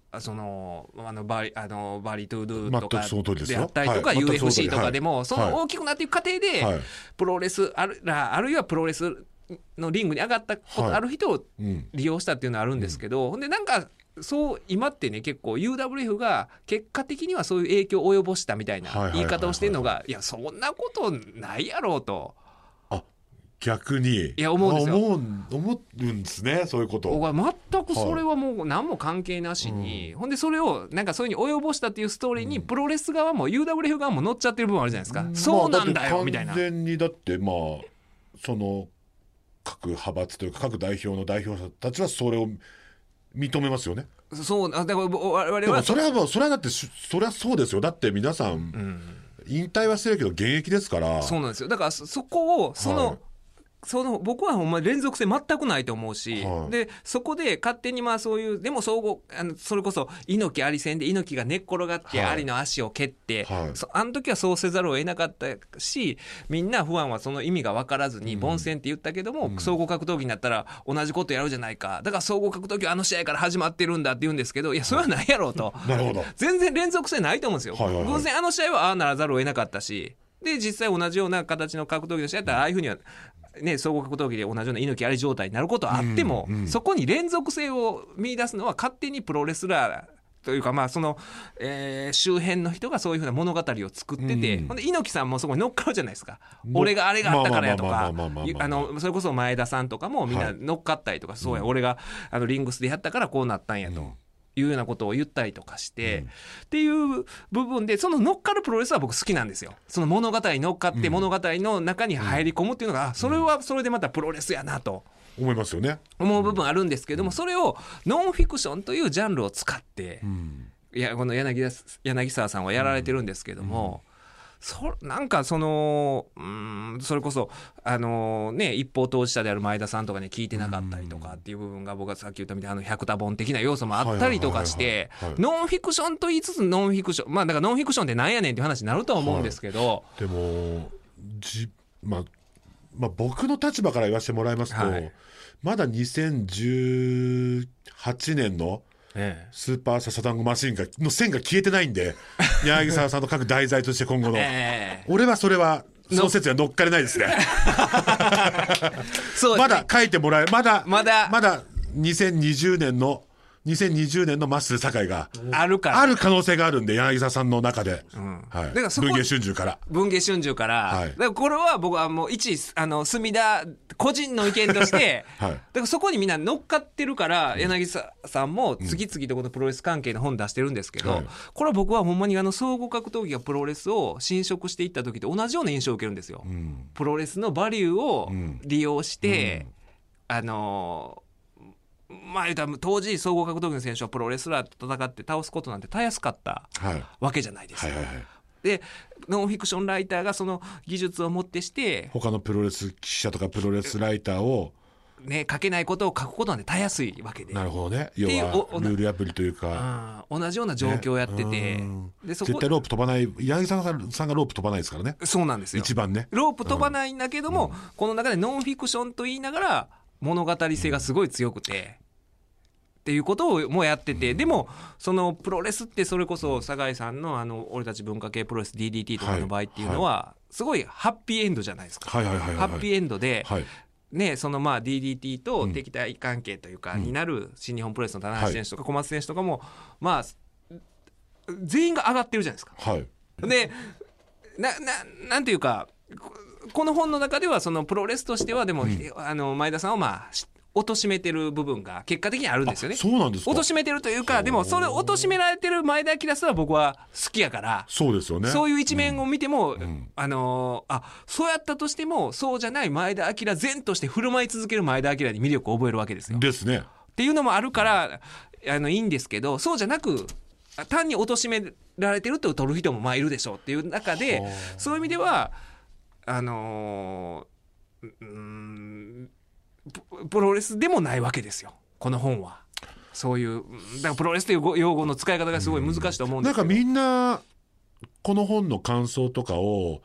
そのあのバリあのバリトゥードゥとかであったりとか、 はい、 ユーエフシー とかでも、 はい、 その大きくなっていく過程で、はい、プロレスあるあるいはプロレスのリングに上がったことある人を利用したっていうのはあるんですけど、はい、うん、でなんかそう今ってね結構 ユーダブリューエフ が結果的にはそういう影響を及ぼしたみたいな言い方をしてるのが、いやそんなことないやろうと。 逆にいや思うんですよ。 思う思うんですね、そういうこと。 僕は全くそれはもう何も関係なしに、はい、ほんでそれをなんかそういうふうに及ぼしたっていうストーリーにプロレス側も ユーダブリューエフ 側も乗っちゃってる部分あるじゃないですか、うん、そうなんだよみたいな。 完全にだってまあその各派閥というか各代表の代表者たちはそれを認めますよね。 そうだから我々はでもそれはもうそれはだってそれはそうですよ。だって皆さん、うん、引退はしてるけど現役ですから。 そうなんですよ。だからそこをその、はい、その僕はほんま連続性全くないと思うし、はい、でそこで勝手にまあそういうでも総合あのそれこそ猪木アリ戦で猪木が寝っ転がってアリの足を蹴って、はい、あの時はそうせざるを得なかったし、みんな不安はその意味が分からずに凡戦って言ったけども、うん、総合格闘技になったら同じことやるじゃないか、だから総合格闘技はあの試合から始まってるんだって言うんですけど、いやそれはないやろうと、 はい、なるほど、全然連続性ないと思うんですよ、はいはいはい、偶然あの試合はああならざるを得なかったし、で実際同じような形の格闘技の試合だったらああいうふうにはね、総合格闘技で同じような猪木あり状態になることはあっても、うんうん、そこに連続性を見出すのは勝手にプロレスラーというか、まあそのえー、周辺の人がそういうふうな物語を作ってて、うん、ほんで猪木さんもそこに乗っかるじゃないですか、俺があれがあったからやとか、それこそ前田さんとかもみんな乗っかったりとか、はい、そうや、俺があのリングスでやったからこうなったんやと、うんいうようなことを言ったりとかして、うん、っていう部分でその乗っかるプロレスは僕好きなんですよ。その物語に乗っかって物語の中に入り込むっていうのが、うん、それはそれでまたプロレスやなと思いますよね、 思う部分あるんですけども、それをノンフィクションというジャンルを使って、うん、いやこの 柳, 柳沢さんはやられてるんですけども、うんそなんかそのうーんそれこそあのね一方当事者である前田さんとかに聞いてなかったりとかっていう部分が僕がさっき言ったみたいなあの百田本的な要素もあったりとかしてノンフィクションと言いつつノンフィクションまあだからノンフィクションってなんやねんっていう話になるとは思うんですけど、 はい、でもじ、まあ、まあ僕の立場から言わせてもらいますと、はい、まだにせんじゅうはちねんのスーパーササダンゴマシンがの線が消えてないんで柳沢さんの各題材として今後の、えー、俺はそれはその説には乗っかれないですねそうですね、まだ書いてもらえまだまだまだにせんにじゅうねんのにせんにじゅうねんのマッスル堺があるからある可能性があるんで柳沢さんの中で、うんはい、だからそこ文藝春秋から文藝春秋から、はい、だからこれは僕はもう一あの隅田個人の意見として、はい、だからそこにみんな乗っかってるから柳沢さんも次々とこのプロレス関係の本出してるんですけど、うん、これは僕はほんまにあの総合格闘技がプロレスを侵食していった時と同じような印象を受けるんですよ、うん、プロレスのバリューを利用して、うん、あのまあ、言うたら当時総合格闘技の選手はプロレスラーと戦って倒すことなんてたやすかったわけじゃないですか、はいはいはいはい、でノンフィクションライターがその技術をもってして他のプロレス記者とかプロレスライターを、 ね、書けないことを書くことなんてたやすいわけで、 なるほどね、要はルール破りというか同じような状況をやってて、ね、 でそこ絶対ロープ飛ばない柳沢さんがロープ飛ばないですからね。 そうなんですよ、 一番ねロープ飛ばないんだけども、うん、この中でノンフィクションと言いながら物語性がすごい強くて、うんっていうことをもうやってて、でもそのプロレスってそれこそ酒井さんのあの俺たち文化系プロレス ディーディーティー とかの場合っていうのはすごいハッピーエンドじゃないですか。ハッピーエンドでね、そのまあ ディーディーティー と敵対関係というかになる新日本プロレスの棚橋選手とか小松選手とかもまあ全員が上がってるじゃないですか。でなななんていうかこの本の中ではそのプロレスとしてはでもあの前田さんをまあ貶めてる部分が結果的にあるんですよね。 そうなんですか。 貶めてるというか、でもそれを貶められてる前田明さんは僕は好きやから、 そうですよね。 そういう一面を見ても、うん、あのー、あそうやったとしてもそうじゃない前田明善として振る舞い続ける前田明に魅力を覚えるわけですよ。 ですね。 っていうのもあるからあのいいんですけど、そうじゃなく単に貶められてると取る人もまあいるでしょうっていう中で、そういう意味ではあのー、うーんプロレスでもないわけですよこの本は。そういうだからプロレスという用語の使い方がすごい難しいと思うんですけど、 なんかみんなこの本の感想とかを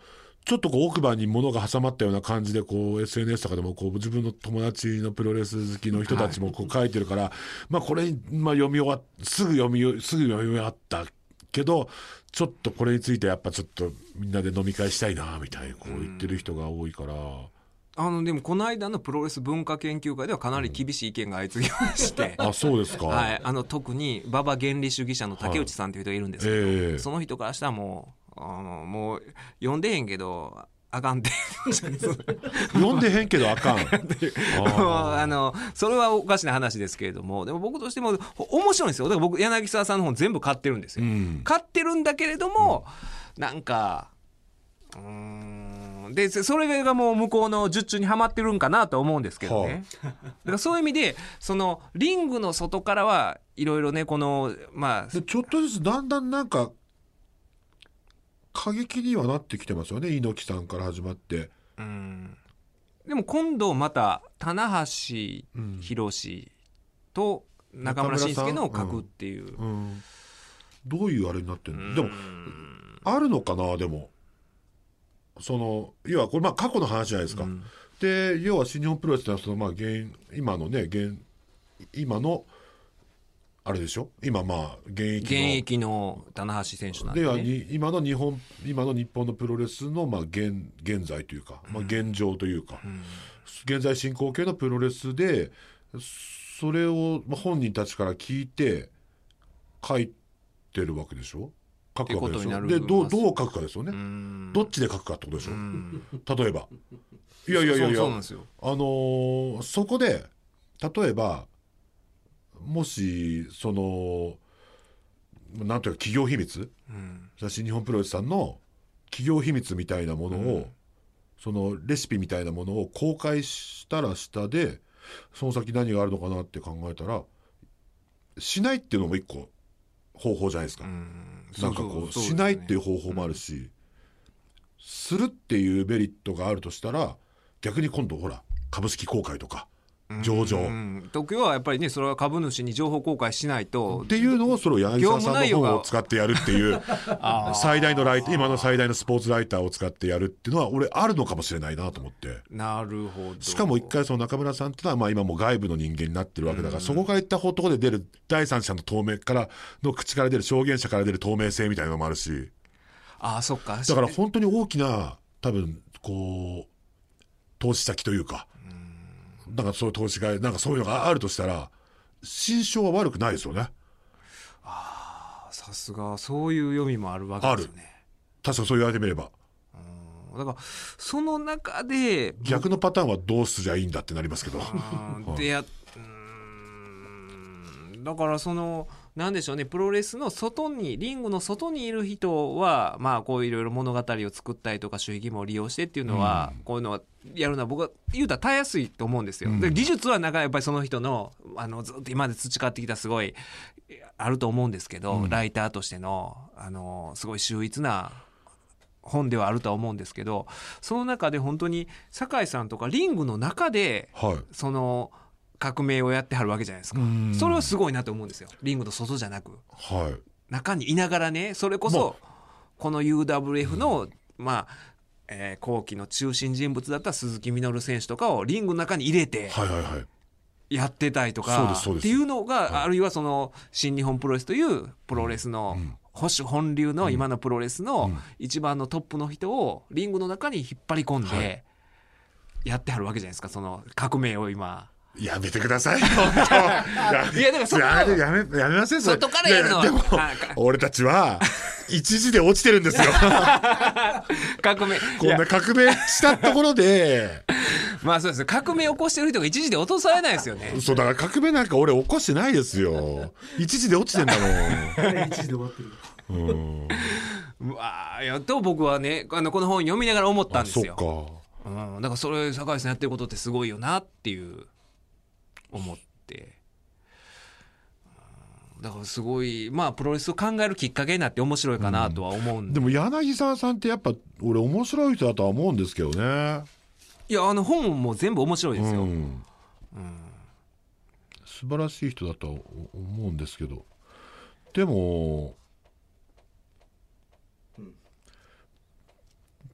ちょっとこう奥歯に物が挟まったような感じでこう エスエヌエス とかでもこう自分の友達のプロレス好きの人たちもこう書いてるから、はい、まあこれ、まあ、読み終わっすぐ読みすぐ読み終わったけどちょっとこれについてやっぱちょっとみんなで飲み会したいなみたいにこう言ってる人が多いから、うん、 あのでもこの間のプロレス文化研究会ではかなり厳しい意見が相次ぎまして、 うん、あそうですか、 はい、あの特に馬場原理主義者の竹内さんという人がいるんですけど、はいえー、その人からしたらもうあのもう読んでへんけどあかんって読んでへんけどあかんあのそれはおかしな話ですけれども、でも僕としても面白いんですよ。だから僕柳沢さんの本全部買ってるんですよ、うん、買ってるんだけれども、うん、なんかうーんでそれがもう向こうの術中にはまってるんかなと思うんですけどね、はあ、だからそういう意味でそのリングの外からはいろいろねこのまあでちょっとずつだんだんなんか過激にはなってきてますよね、猪木さんから始まって。 うんでも今度また棚橋宏と中村慎介のを書くっていう、うんうん、 どういうあれになってるの。でもあるのかな。でもその要はこれまあ過去の話じゃないですか、うん、で要は新日本プロレスってのはそのまあ現今のね現今のあれでしょ今まあ現役の現役の棚橋選手なんで、 ね、で今の日本今の日本のプロレスのまあ 現, 現在というか、まあ、現状というか、うん、現在進行形のプロレスでそれを本人たちから聞いて書いてるわけでしょ。書くわけでしょ。で ど, うどう書くかですよね。どっちで書くかってことでしょ。例えばいやいやいやいやそうなんですよ。あのー、そこで例えばもしそのなんというか企業秘密、うん、新日本プロレスさんの企業秘密みたいなものを、うん、そのレシピみたいなものを公開したら下でその先何があるのかなって考えたらしないっていうのも一個方法じゃないですか、うん、なんかこう、そうそう、しないっていう方法もあるし、うん、するっていうメリットがあるとしたら逆に今度ほら株式公開とか上場東京はやっぱりねそれは株主に情報公開しないとっていうのをそれを柳沢さんの本を使ってやるっていう最大のライター今の最大のスポーツライターを使ってやるっていうのは俺あるのかもしれないなと思って。 なるほど。 しかも一回その中村さんっていうのはまあ今もう外部の人間になってるわけだからそこからいったところで出る第三者の透明からの口から出る証言者から出る透明性みたいなのもあるしあそっかだから本当に大きな多分こう投資先というかなんかそういう投資がなんかそういうのがあるとしたら心象は悪くないですよね。 ああさすがそういう読みもあるわけですよね。 確かそう言われてみればうんだからその中で逆のパターンはどうすりゃいいんだってなりますけどでやうんだからそのなんでしょうねプロレスの外にリングの外にいる人はまあこういろいろ物語を作ったりとか守秘義務を利用してっていうのは、うん、こういうのはやるのは僕は言うたらたやすいと思うんですよ、うん、で技術はなんかやっぱりその人の、あのずっと今まで培ってきたすごいあると思うんですけど、うん、ライターとしての、あのすごい秀逸な本ではあるとは思うんですけどその中で本当に酒井さんとかリングの中で、はい、その革命をやってはるわけじゃないですか。それはすごいなと思うんですよリングの外じゃなく、はい、中にいながらねそれこそこの ユーダブリューエフ の、うん、まあ、えー、後期の中心人物だった鈴木みのる選手とかをリングの中に入れてやってたりとかっていうのが、はい、あるいはその新日本プロレスというプロレスの、うん保守本流の今のプロレスの一番のトップの人をリングの中に引っ張り込んでやってはるわけじゃないですかその革命を今やめてくださいよいやでもそこやめやめやめません外からやるのはでも俺たちは一時で落ちてるんですよ革命こんな革命したところでまあそうです革命起こしてる人が一時で落とされないですよねそうだから革命なんか俺起こしてないですよ一時で落ちてんだもん一時で終わってるうんうわーやっと僕はねあのこの本読みながら思ったんですよ。 あそっか、 うん、だからそれ酒井さんやってることってすごいよなっていう思って、うん、だからすごいまあプロレスを考えるきっかけになって面白いかなとは思うんで、 うん、でも柳沢さんってやっぱ俺面白い人だとは思うんですけどね。 いやあの本も全部面白いですよ、うんうん、 素晴らしい人だとは思うんですけどでも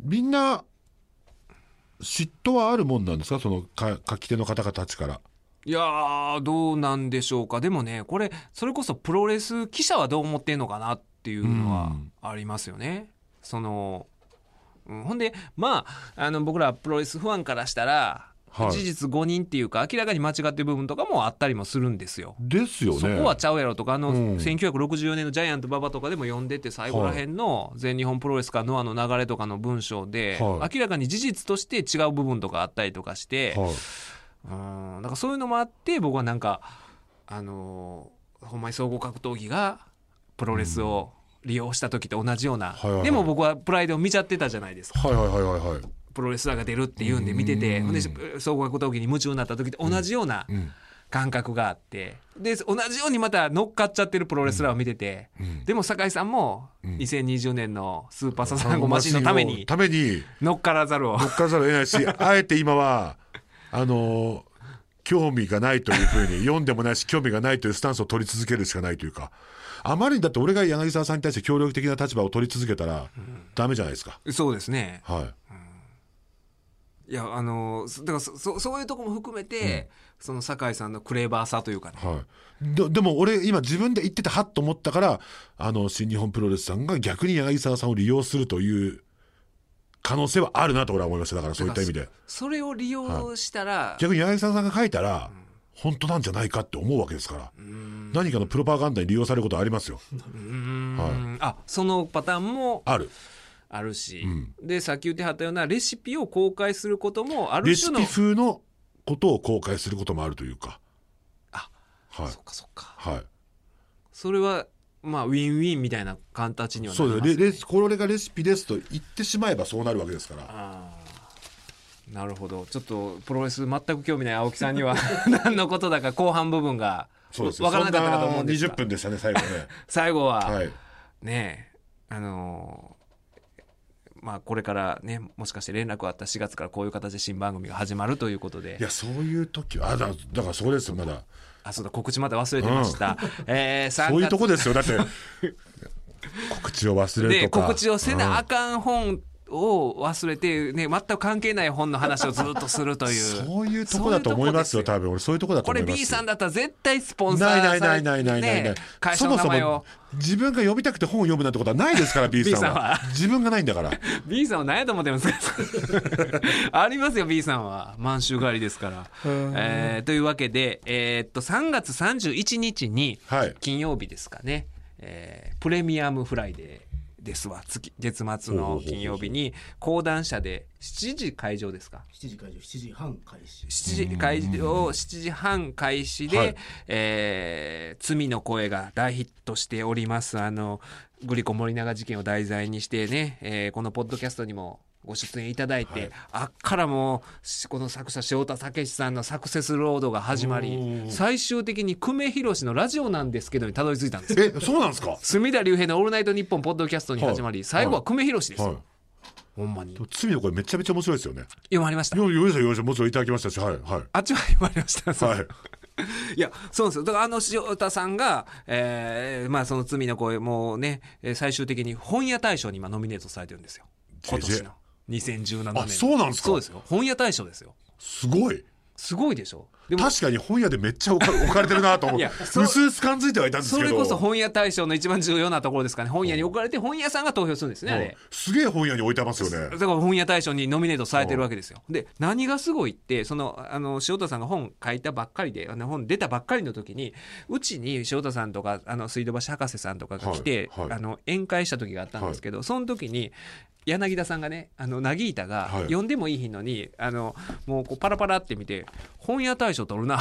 みんな嫉妬はあるもんなんですか、そのか書き手の方々たちから。 いやーどうなんでしょうか。でもねこれそれこそプロレス記者はどう思ってんのかなっていうのはありますよね。その、うん、ほんでまああの僕らプロレスファンからしたら、はい、事実誤認っていうか明らかに間違ってる部分とかもあったりもするんですよ。 ですよね。 そこはちゃうやろとかあの、うん、せんきゅうひゃくろくじゅうよねんのジャイアント馬場とかでも読んでて最後らへんの全日本プロレスかノアの流れとかの文章で、はい、明らかに事実として違う部分とかあったりとかして、はい、うんだからそういうのもあって僕はなんかあのー、ほんまに総合格闘技がプロレスを利用した時と同じような、うんはいはいはい、でも僕はプライドを見ちゃってたじゃないですか、はいはいはいはい、プロレスラーが出るっていうんで見てて、うん、で総合格闘技に夢中になった時と同じような感覚があって、で同じようにまた乗っかっちゃってるプロレスラーを見てて、うん、でも酒井さんもにせんにじゅうねんのスーパーサザンゴマシンのために乗っからざるを乗っからざるを得ないしあえて今はあのー、興味がないというふうに読んでもないし興味がないというスタンスを取り続けるしかないというか、あまりにだって俺が柳沢さんに対して協力的な立場を取り続けたらダメじゃないですか、 うん、そうですね、 はい、うん、 いやあのだから そ, そういうとこも含めて、うん、その酒井さんのクレーバーさというかね、 はい、で, でも俺今自分で言っててはっと思ったからあの新日本プロレスさんが逆に柳沢さんを利用するという可能性はあるなと俺は思いました。だからそういった意味でそれを利用したら、はい、 逆に柳沢さんが書いたら、うん、本当なんじゃないかって思うわけですから、何かのプロパガンダに利用されることはありますよ。うーん、はい、あそのパターンもあるあるし、うん、でさっき言ってはったようなレシピを公開することもある種のレシピ風のことを公開することもあるというか、 あ、はい、そっかそっか、 はい、 それはまあウィンウィンみたいな形にはなりますね。 そうです。これがレシピですと言ってしまえばそうなるわけですから。 あ、なるほど。ちょっとプロレス全く興味ない青木さんには何のことだか後半部分が分からなかったかと思うんですが、 にじゅっぷんでしたね最後ね最後は、 はい、 ねえあのー、まあこれからねもしかして連絡あったしがつからこういう形で新番組が始まるということで、 いやそういう時はあ だ, だからそうですよ。まだあそうだ告知まだ忘れてました、うんえー、さんがつそういうとこですよ。だって告知を忘れるとかで告知をせなあかん本を忘れて、ね、全く関係ない本の話をずっとするというそういうとこだと思いますよ。多分俺そういうとこだと思いますよ。 これ B さんだったら絶対スポンサーされて、 ないないないないないないない、 会社の名前をそもそも自分が読みたくて本を読むなんてことはないですから B さんは, B さんは自分がないんだから B さんは何やと思ってますかありますよ B さんは満州帰りですから、えー、というわけで、えー、っとさんがつさんじゅういちにちに金曜日ですかね、はいえー、プレミアムフライデーですわ。月月末の金曜日に講談社でしちじ開場ですか。 しちじ開場しちじはん開始しちじ開場しちじはん開始で、はいえー、罪の声が大ヒットしております。あのグリコ森永事件を題材にしてね、えー、このポッドキャストにもご出演いただいて、はい、あっからもうこの作者塩田武さんのサクセスロードが始まり最終的に久米宏のラジオなんですけどにたどり着いたんです。 えそうなんですか。 隅田隆平のオールナイトニッポンポッドキャストに始まり、はい、最後は久米宏ですよ、はいほんまに罪の声めちゃめちゃ面白いですよね。 読まれました。 読みました読みましたもちろんいただきましたし、はいはい、 あっちは読まれましたはいいやそうなんですよ。だからあの塩田さんが、えーまあ、その罪の声もうね最終的に本屋大賞に今ノミネートされてるんですよ今年のにせんじゅうななねん。 あそうなんですか。 そうですよ本屋大賞ですよ。 すごいすごいでしょ。 でも確かに本屋でめっちゃ置 か, 置かれてるなと思ってうすうす感づいてはいたんですけど、 それこそ本屋大賞の一番重要なところですかね。本屋に置かれて本屋さんが投票するんですね、あれ。 すげえ本屋に置いてますよね。 だから本屋大賞にノミネートされてるわけですよ。で何がすごいってそのあの塩田さんが本書いたばっかりであの本出たばっかりの時にうちに塩田さんとかあの水道橋博士さんとかが来て、はいはい、あの宴会した時があったんですけど、はい、その時に柳田さんがねあのなぎいたが、はい、読んでもいい日のにあのもうこうパラパラって見て本屋大賞取るな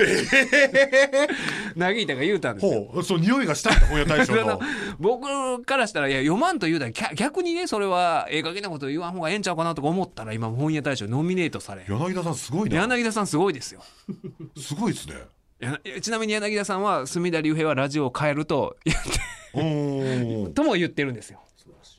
なぎいたが言うたんですよ。 ほうそう匂いがしたんだ本屋大賞の僕からしたらいや読まんと言うたら逆にねそれはええ加減なこと言わん方がええんちゃうかなとか思ったら今本屋大賞ノミネートされ柳田さんすごいな。 柳田さんすごいですよすごいですね。 ちなみに柳田さんは隅田隆平はラジオを変えると言ってとも言ってるんですよ。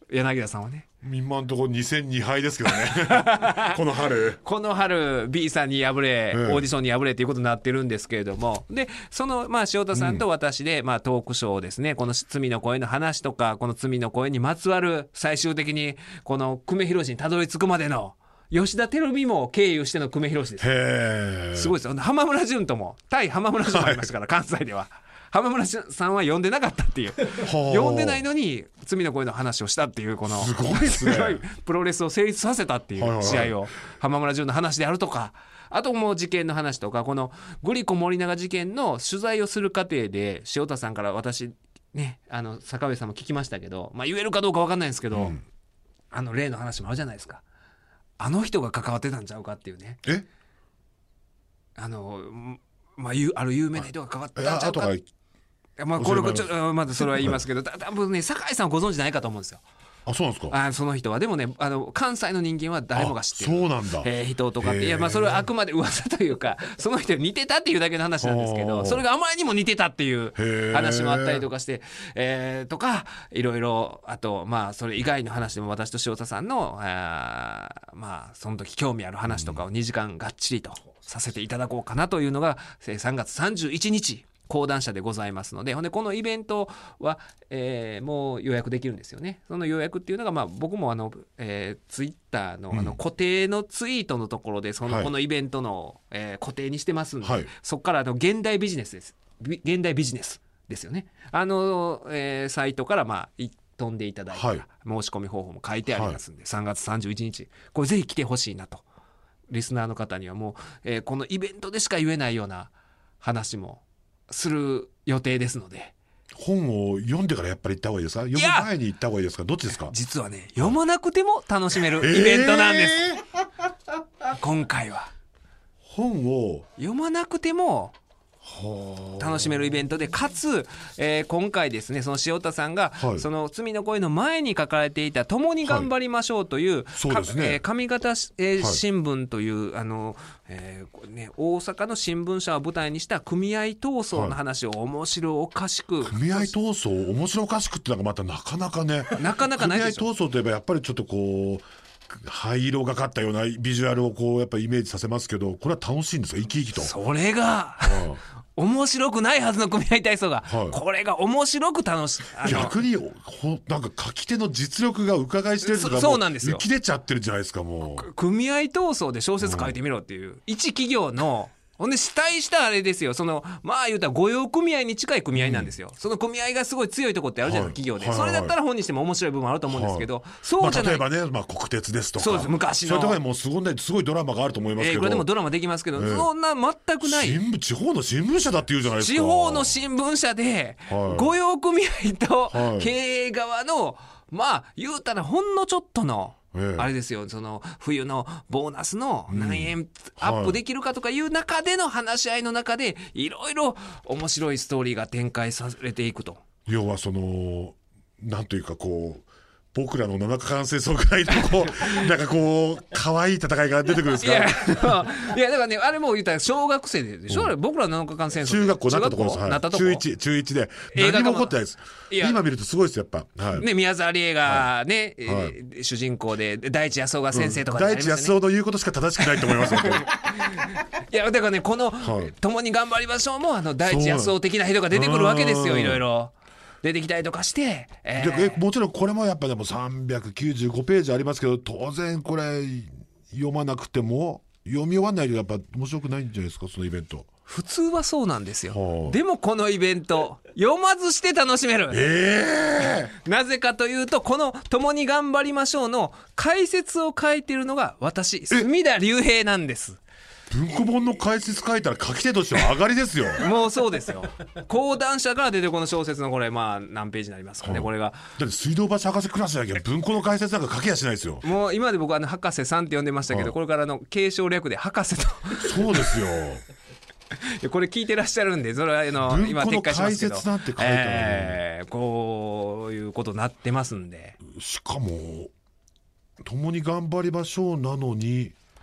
柳田さんはね今のところに戦に敗ですけどねこの春この春 B さんに敗れ、 ええ、 オーディションに敗れということになってるんですけれども、でそのまあ塩田さんと私で、うん、まあトークショーをですね、この罪の声の話とかこの罪の声にまつわる最終的にこの久米宏にたどり着くまでの吉田照美も経由しての久米宏です。 へー、 すごいですよ。浜村淳とも対浜村淳もありましたから、はい、関西では浜村さんは呼んでなかったっていう呼んでないのに罪の声の話をしたっていうこのすごいですね、 すごいプロレスを成立させたっていう試合を浜村淳の話であるとか、あともう事件の話とか、このグリコ森永事件の取材をする過程で塩田さんから私ね、あの坂上さんも聞きましたけど、まあ、言えるかどうか分かんないんですけど、うん、あの例の話もあるじゃないですか。あの人が関わってたんちゃうかっていうね、 えあの、まあ、ある有名な人が関わってたんちゃうか、まあ、これちょまだそれは言いますけど、多分ね酒井さんご存知ないかと思うんですよ。 あ、そうなんですか。 あ、その人はでもね、あの関西の人間は誰もが知ってる。 そうなんだ、 えー、人とかって、いや、まあそれはあくまで噂というかその人に似てたっていうだけの話なんですけど、それがあまりにも似てたっていう話もあったりとかして、えー、とかいろいろ、あとまあそれ以外の話でも私と塩田さんのあまあその時興味ある話とかをにじかんがっちりとさせていただこうかなというのがさんがつさんじゅういちにち講談社でございますので、ほんでこのイベントは、えー、もう予約できるんですよね。その予約っていうのが、まあ、僕もあの、えー、ツイッターの、あの固定のツイートのところでその、はい、このイベントの、えー、固定にしてますんで、はい、そこからあの現代ビジネスです現代ビジネスですよね、あの、えー、サイトから、まあ、飛んでいただいたら、はい、申し込み方法も書いてありますんで、はい、さんがつさんじゅういちにちこれぜひ来てほしいなと、リスナーの方にはもう、えー、このイベントでしか言えないような話もする予定ですので、 本を読んでからやっぱり行った方がいいですか、読む前に行った方がいいですか、どっちですか。 実はね、読まなくても楽しめるイベントなんです、えー、今回は本を読まなくても楽しめるイベントで、かつ、えー、今回ですね、その塩田さんが、はい、その罪の声の前に書かれていた共に頑張りましょうという、はい、そうですね、えー、上方、えーはい、新聞という、あの、えーね、大阪の新聞社を舞台にした組合闘争の話を面白おかしく、はい、 組合闘争面白おかしくってのがまたなかなかねなかなかないでしょ。 組合闘争といえばやっぱりちょっとこう灰色がかったようなビジュアルをこうやっぱイメージさせますけど、これは楽しいんですか、生き生きと。 それが、うん、面白くないはずの組合体操が、はい、これが面白く楽しい。 逆にほなんか書き手の実力が伺いしてるとか、 そうなんですよ、 浮き出ちゃってるじゃないですか。もう組合闘争で小説書いてみろっていう、うん、一企業のほんで主体したあれですよ、そのまあ言うたら御用組合に近い組合なんですよ、うん、その組合がすごい強いところってあるじゃないですか、はい、企業で、はいはいはい、それだったら本にしても面白い部分あると思うんですけど、はい、そうじゃない、 まあ、例えばね、まあ、国鉄ですとか、 そうです、昔のそういうところにもうすごい、すごいドラマがあると思いますけど、 えー、これでもドラマできますけど、えー、そんな全くない新聞、地方の新聞社だって言うじゃないですか。 地方の新聞社で、はい、御用組合と経営側の、まあ言うたらほんのちょっとのあれですよ、その冬のボーナスの何円アップできるかとかいう中での話し合いの中でいろいろ面白いストーリーが展開されていくと。 要はそのなんというかこう僕らの七日間戦争ぐらいのこうなんかこう可愛い戦いが出てくるんですか。いや、 いやだからね、あれも言ったら小学生でしょ、うん、僕らの七日間戦争中学校なったところです、はい、なったとこ中一中一で何も起こってないです。今見るとすごいですやっぱ、はい、 ね、宮沢りえがね、はいえー、主人公で大地康夫が先生とか、ね、 うん、大地康夫の言うことしか正しくないと思いますいやだからね、この、はい、共に頑張りましょうもあの大地康夫的な人が出てくるわけですよ、いろいろ出てきたりとかして、 えー、でもちろんこれもやっぱでもさんびゃくきゅうじゅうごページありますけど、当然これ読まなくても読み終わんないとやっぱ面白くないんじゃないですか、そのイベント。 普通はそうなんですよ、はあ、でもこのイベント読まずして楽しめる、 えー、 なぜかというとこの共に頑張りましょうの解説を書いているのが私隅田隆平なんです。 文庫本の解説書いたら書き手としては上がりですよもうそうですよ、講談社から出てこの小説のこれまあ何ページになりますかね、これがだって水道橋博士クラスだけど文庫の解説なんか書けやしないですよ。 もう今まで僕はあの博士さんって呼んでましたけど、これからの継承略で博士とそうですよこれ聞いてらっしゃるんで、それはあの今撤回しますけど、 文庫の解説なんて書いたら、ねえー、こういうことになってますんで。 しかも共に頑張りましょうなのに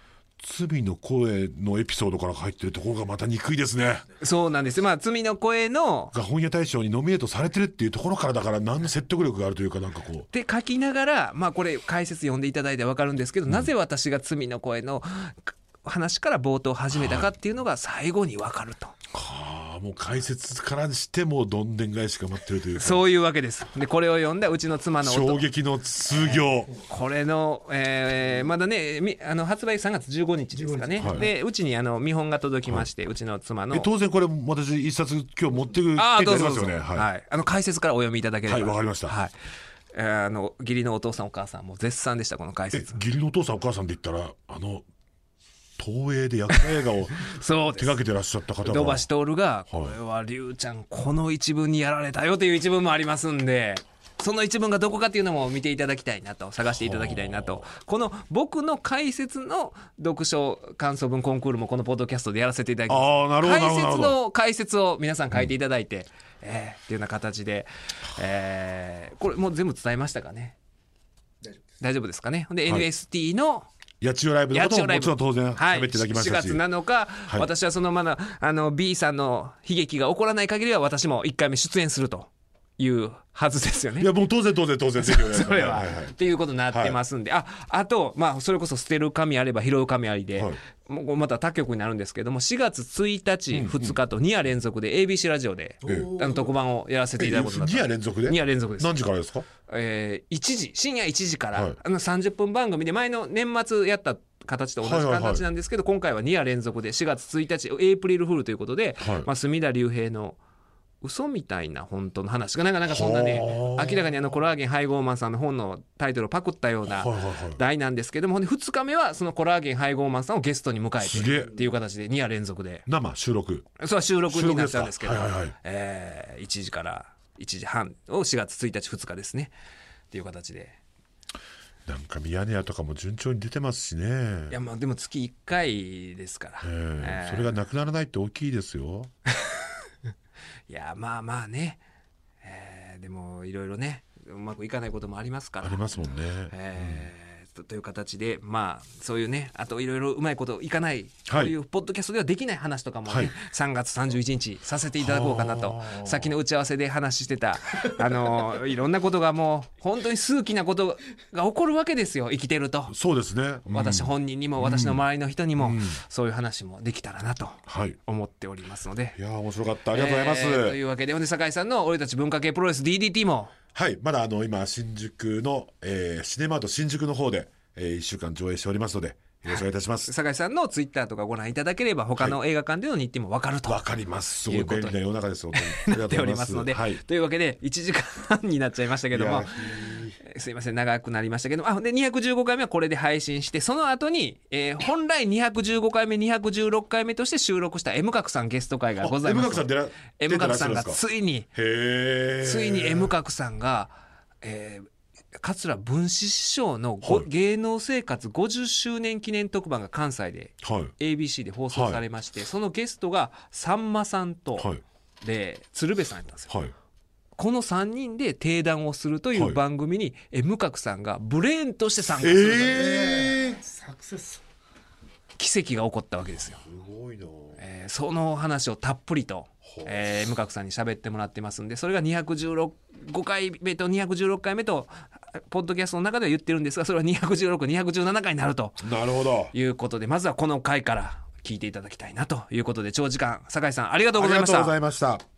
罪の声のエピソードから入ってるところがまた憎いですね。 そうなんですよ。まあ罪の声のが本屋大賞にノミネートされてるっていうところからだから何の説得力があるというか、なんかこうって書きながら、まあこれ解説読んでいただいて分かるんですけど、うん、なぜ私が罪の声の話から冒頭始めたかっていうのが最後に分かると。 はあ、もう解説からしてもどんでん返しが待ってるというか、 そういうわけです。でこれを読んだうちの妻の衝撃の数行、 これの、えー、まだねあの発売さんがつじゅうごにちですかね、はい、でうちにあの見本が届きまして、はい、うちの妻のえ当然これ私一冊今日持ってくるあどうぞどうぞ、はいはい、あの解説からお読みいただければ。 はい、わかりました、 はい、あの義理のお父さんお母さんも絶賛でしたこの解説。 え義理のお父さんお母さんで言ったらあの東映で役者映画を手掛けてらっしゃった方が土橋徹が、これは龍ちゃんこの一文にやられたよという一文もありますんで、その一文がどこかっていうのも見ていただきたいなと、探していただきたいなと。この僕の解説の読書感想文コンクールもこのポッドキャストでやらせていただきます。 あなるほど解説の解説を皆さん書いていただいて、うん、えー、っていうような形で、えー、これもう全部伝えましたかね。大丈夫ですかね。で、はい、エヌエスティー の八千代ライブのことももちろん当然喋っていただきましたし、 はい、しがつなのか、はい、私はそのまだあの B さんの悲劇が起こらない限りは私もいっかいめ出演するというはずですよね。 いやもう当然当然当然それは、はいはい、っていうことになってますんで、はい、ああと、まあ、それこそ捨てる神あれば拾う神ありで、はい、もうまた他局になるんですけどもしがつついたち、ふつかとに夜連続で エービーシー ラジオで、うん、あの特番をやらせていただくことになった。 に夜連続でに夜連続です。 何時からですか。 えー、いちじ深夜いちじから、 はい、 あのさんじゅっぷん番組で前の年末やった形と同じ形なんですけど、はいはいはい、今回はに夜連続でしがつついたちエイプリルフールということで、はい、まあ、隅田竜平の嘘みたいな本当の話がなんかなんかそんなね明らかにあのコラーゲン配合マンさんの本のタイトルをパクったような題なんですけども、ふつかめはそのコラーゲン配合マンさんをゲストに迎えてっていう形でに夜連続で生収録そう収録になっちゃうんですけど、 はいはいはい、 えー、いちじからいちじはんをしがつついたちふつかですねっていう形で。 なんかミヤネ屋とかも順調に出てますしね。 いやまあでも月いっかいですから、 えーえー、それがなくならないって大きいですよいやまあまあね、えー、でもいろいろねうまくいかないこともありますからありますもんね、 えーうんと, という形でまあそういうねあといろいろうまいこといかない、はい、こういうポッドキャストではできない話とかもね、はい、さんがつさんじゅういちにちさせていただこうかなとさっきの打ち合わせで話してたあのいろんなことがもう本当に数奇なことが起こるわけですよ生きてると。 そうですね、うん、 私本人にも私の周りの人にも、うん、そういう話もできたらなと思っておりますので、はい、 いや面白かったありがとうございます、えー、というわけで酒井さんの俺たち文化系プロレス ディーディーティー もはい、まだあの今新宿の、えー、シネマート新宿の方で、えー、いっしゅうかん上映しておりますのでよろしくお願いいたします。 酒井さんのツイッターとかご覧いただければ他の映画館での日程も分かると、 はい、分かります。すごい便利な世の中ですよなっておりますので、はい、というわけでいちじかんはんになっちゃいましたけどもすいません長くなりましたけどもあでにひゃくじゅうごかいめはこれで配信してその後に、えー、本来にひゃくじゅうごかいめにひゃくじゅうろっかいめとして収録した M 角さんゲスト会がございます。 M 角さん出ら M 角さんがついにへついに M 角さんが、えー桂文枝師匠の、はい、芸能生活ごじゅっしゅうねん記念特番が関西で、はい、エービーシー で放送されまして、はい、そのゲストがさんまさんと、はい、で鶴瓶さんやったんですよ、はい、このさんにんで定談をするという番組に、はい、M 角さんがブレーンとして参加するという、 えー、サクセス奇跡が起こったわけですよ。 すごいな、 えー、その話をたっぷりと、えー、M 角さんに喋ってもらってますんでそれがにひゃくじゅうごかいめとにひゃくじゅうろっかいめとポッドキャストの中では言ってるんですがそれはにひゃくじゅうろく、にひゃくじゅうななかいになるとなるほどいうことでまずはこの回から聞いていただきたいなということで長時間酒井さんありがとうございました。 ありがとうございました。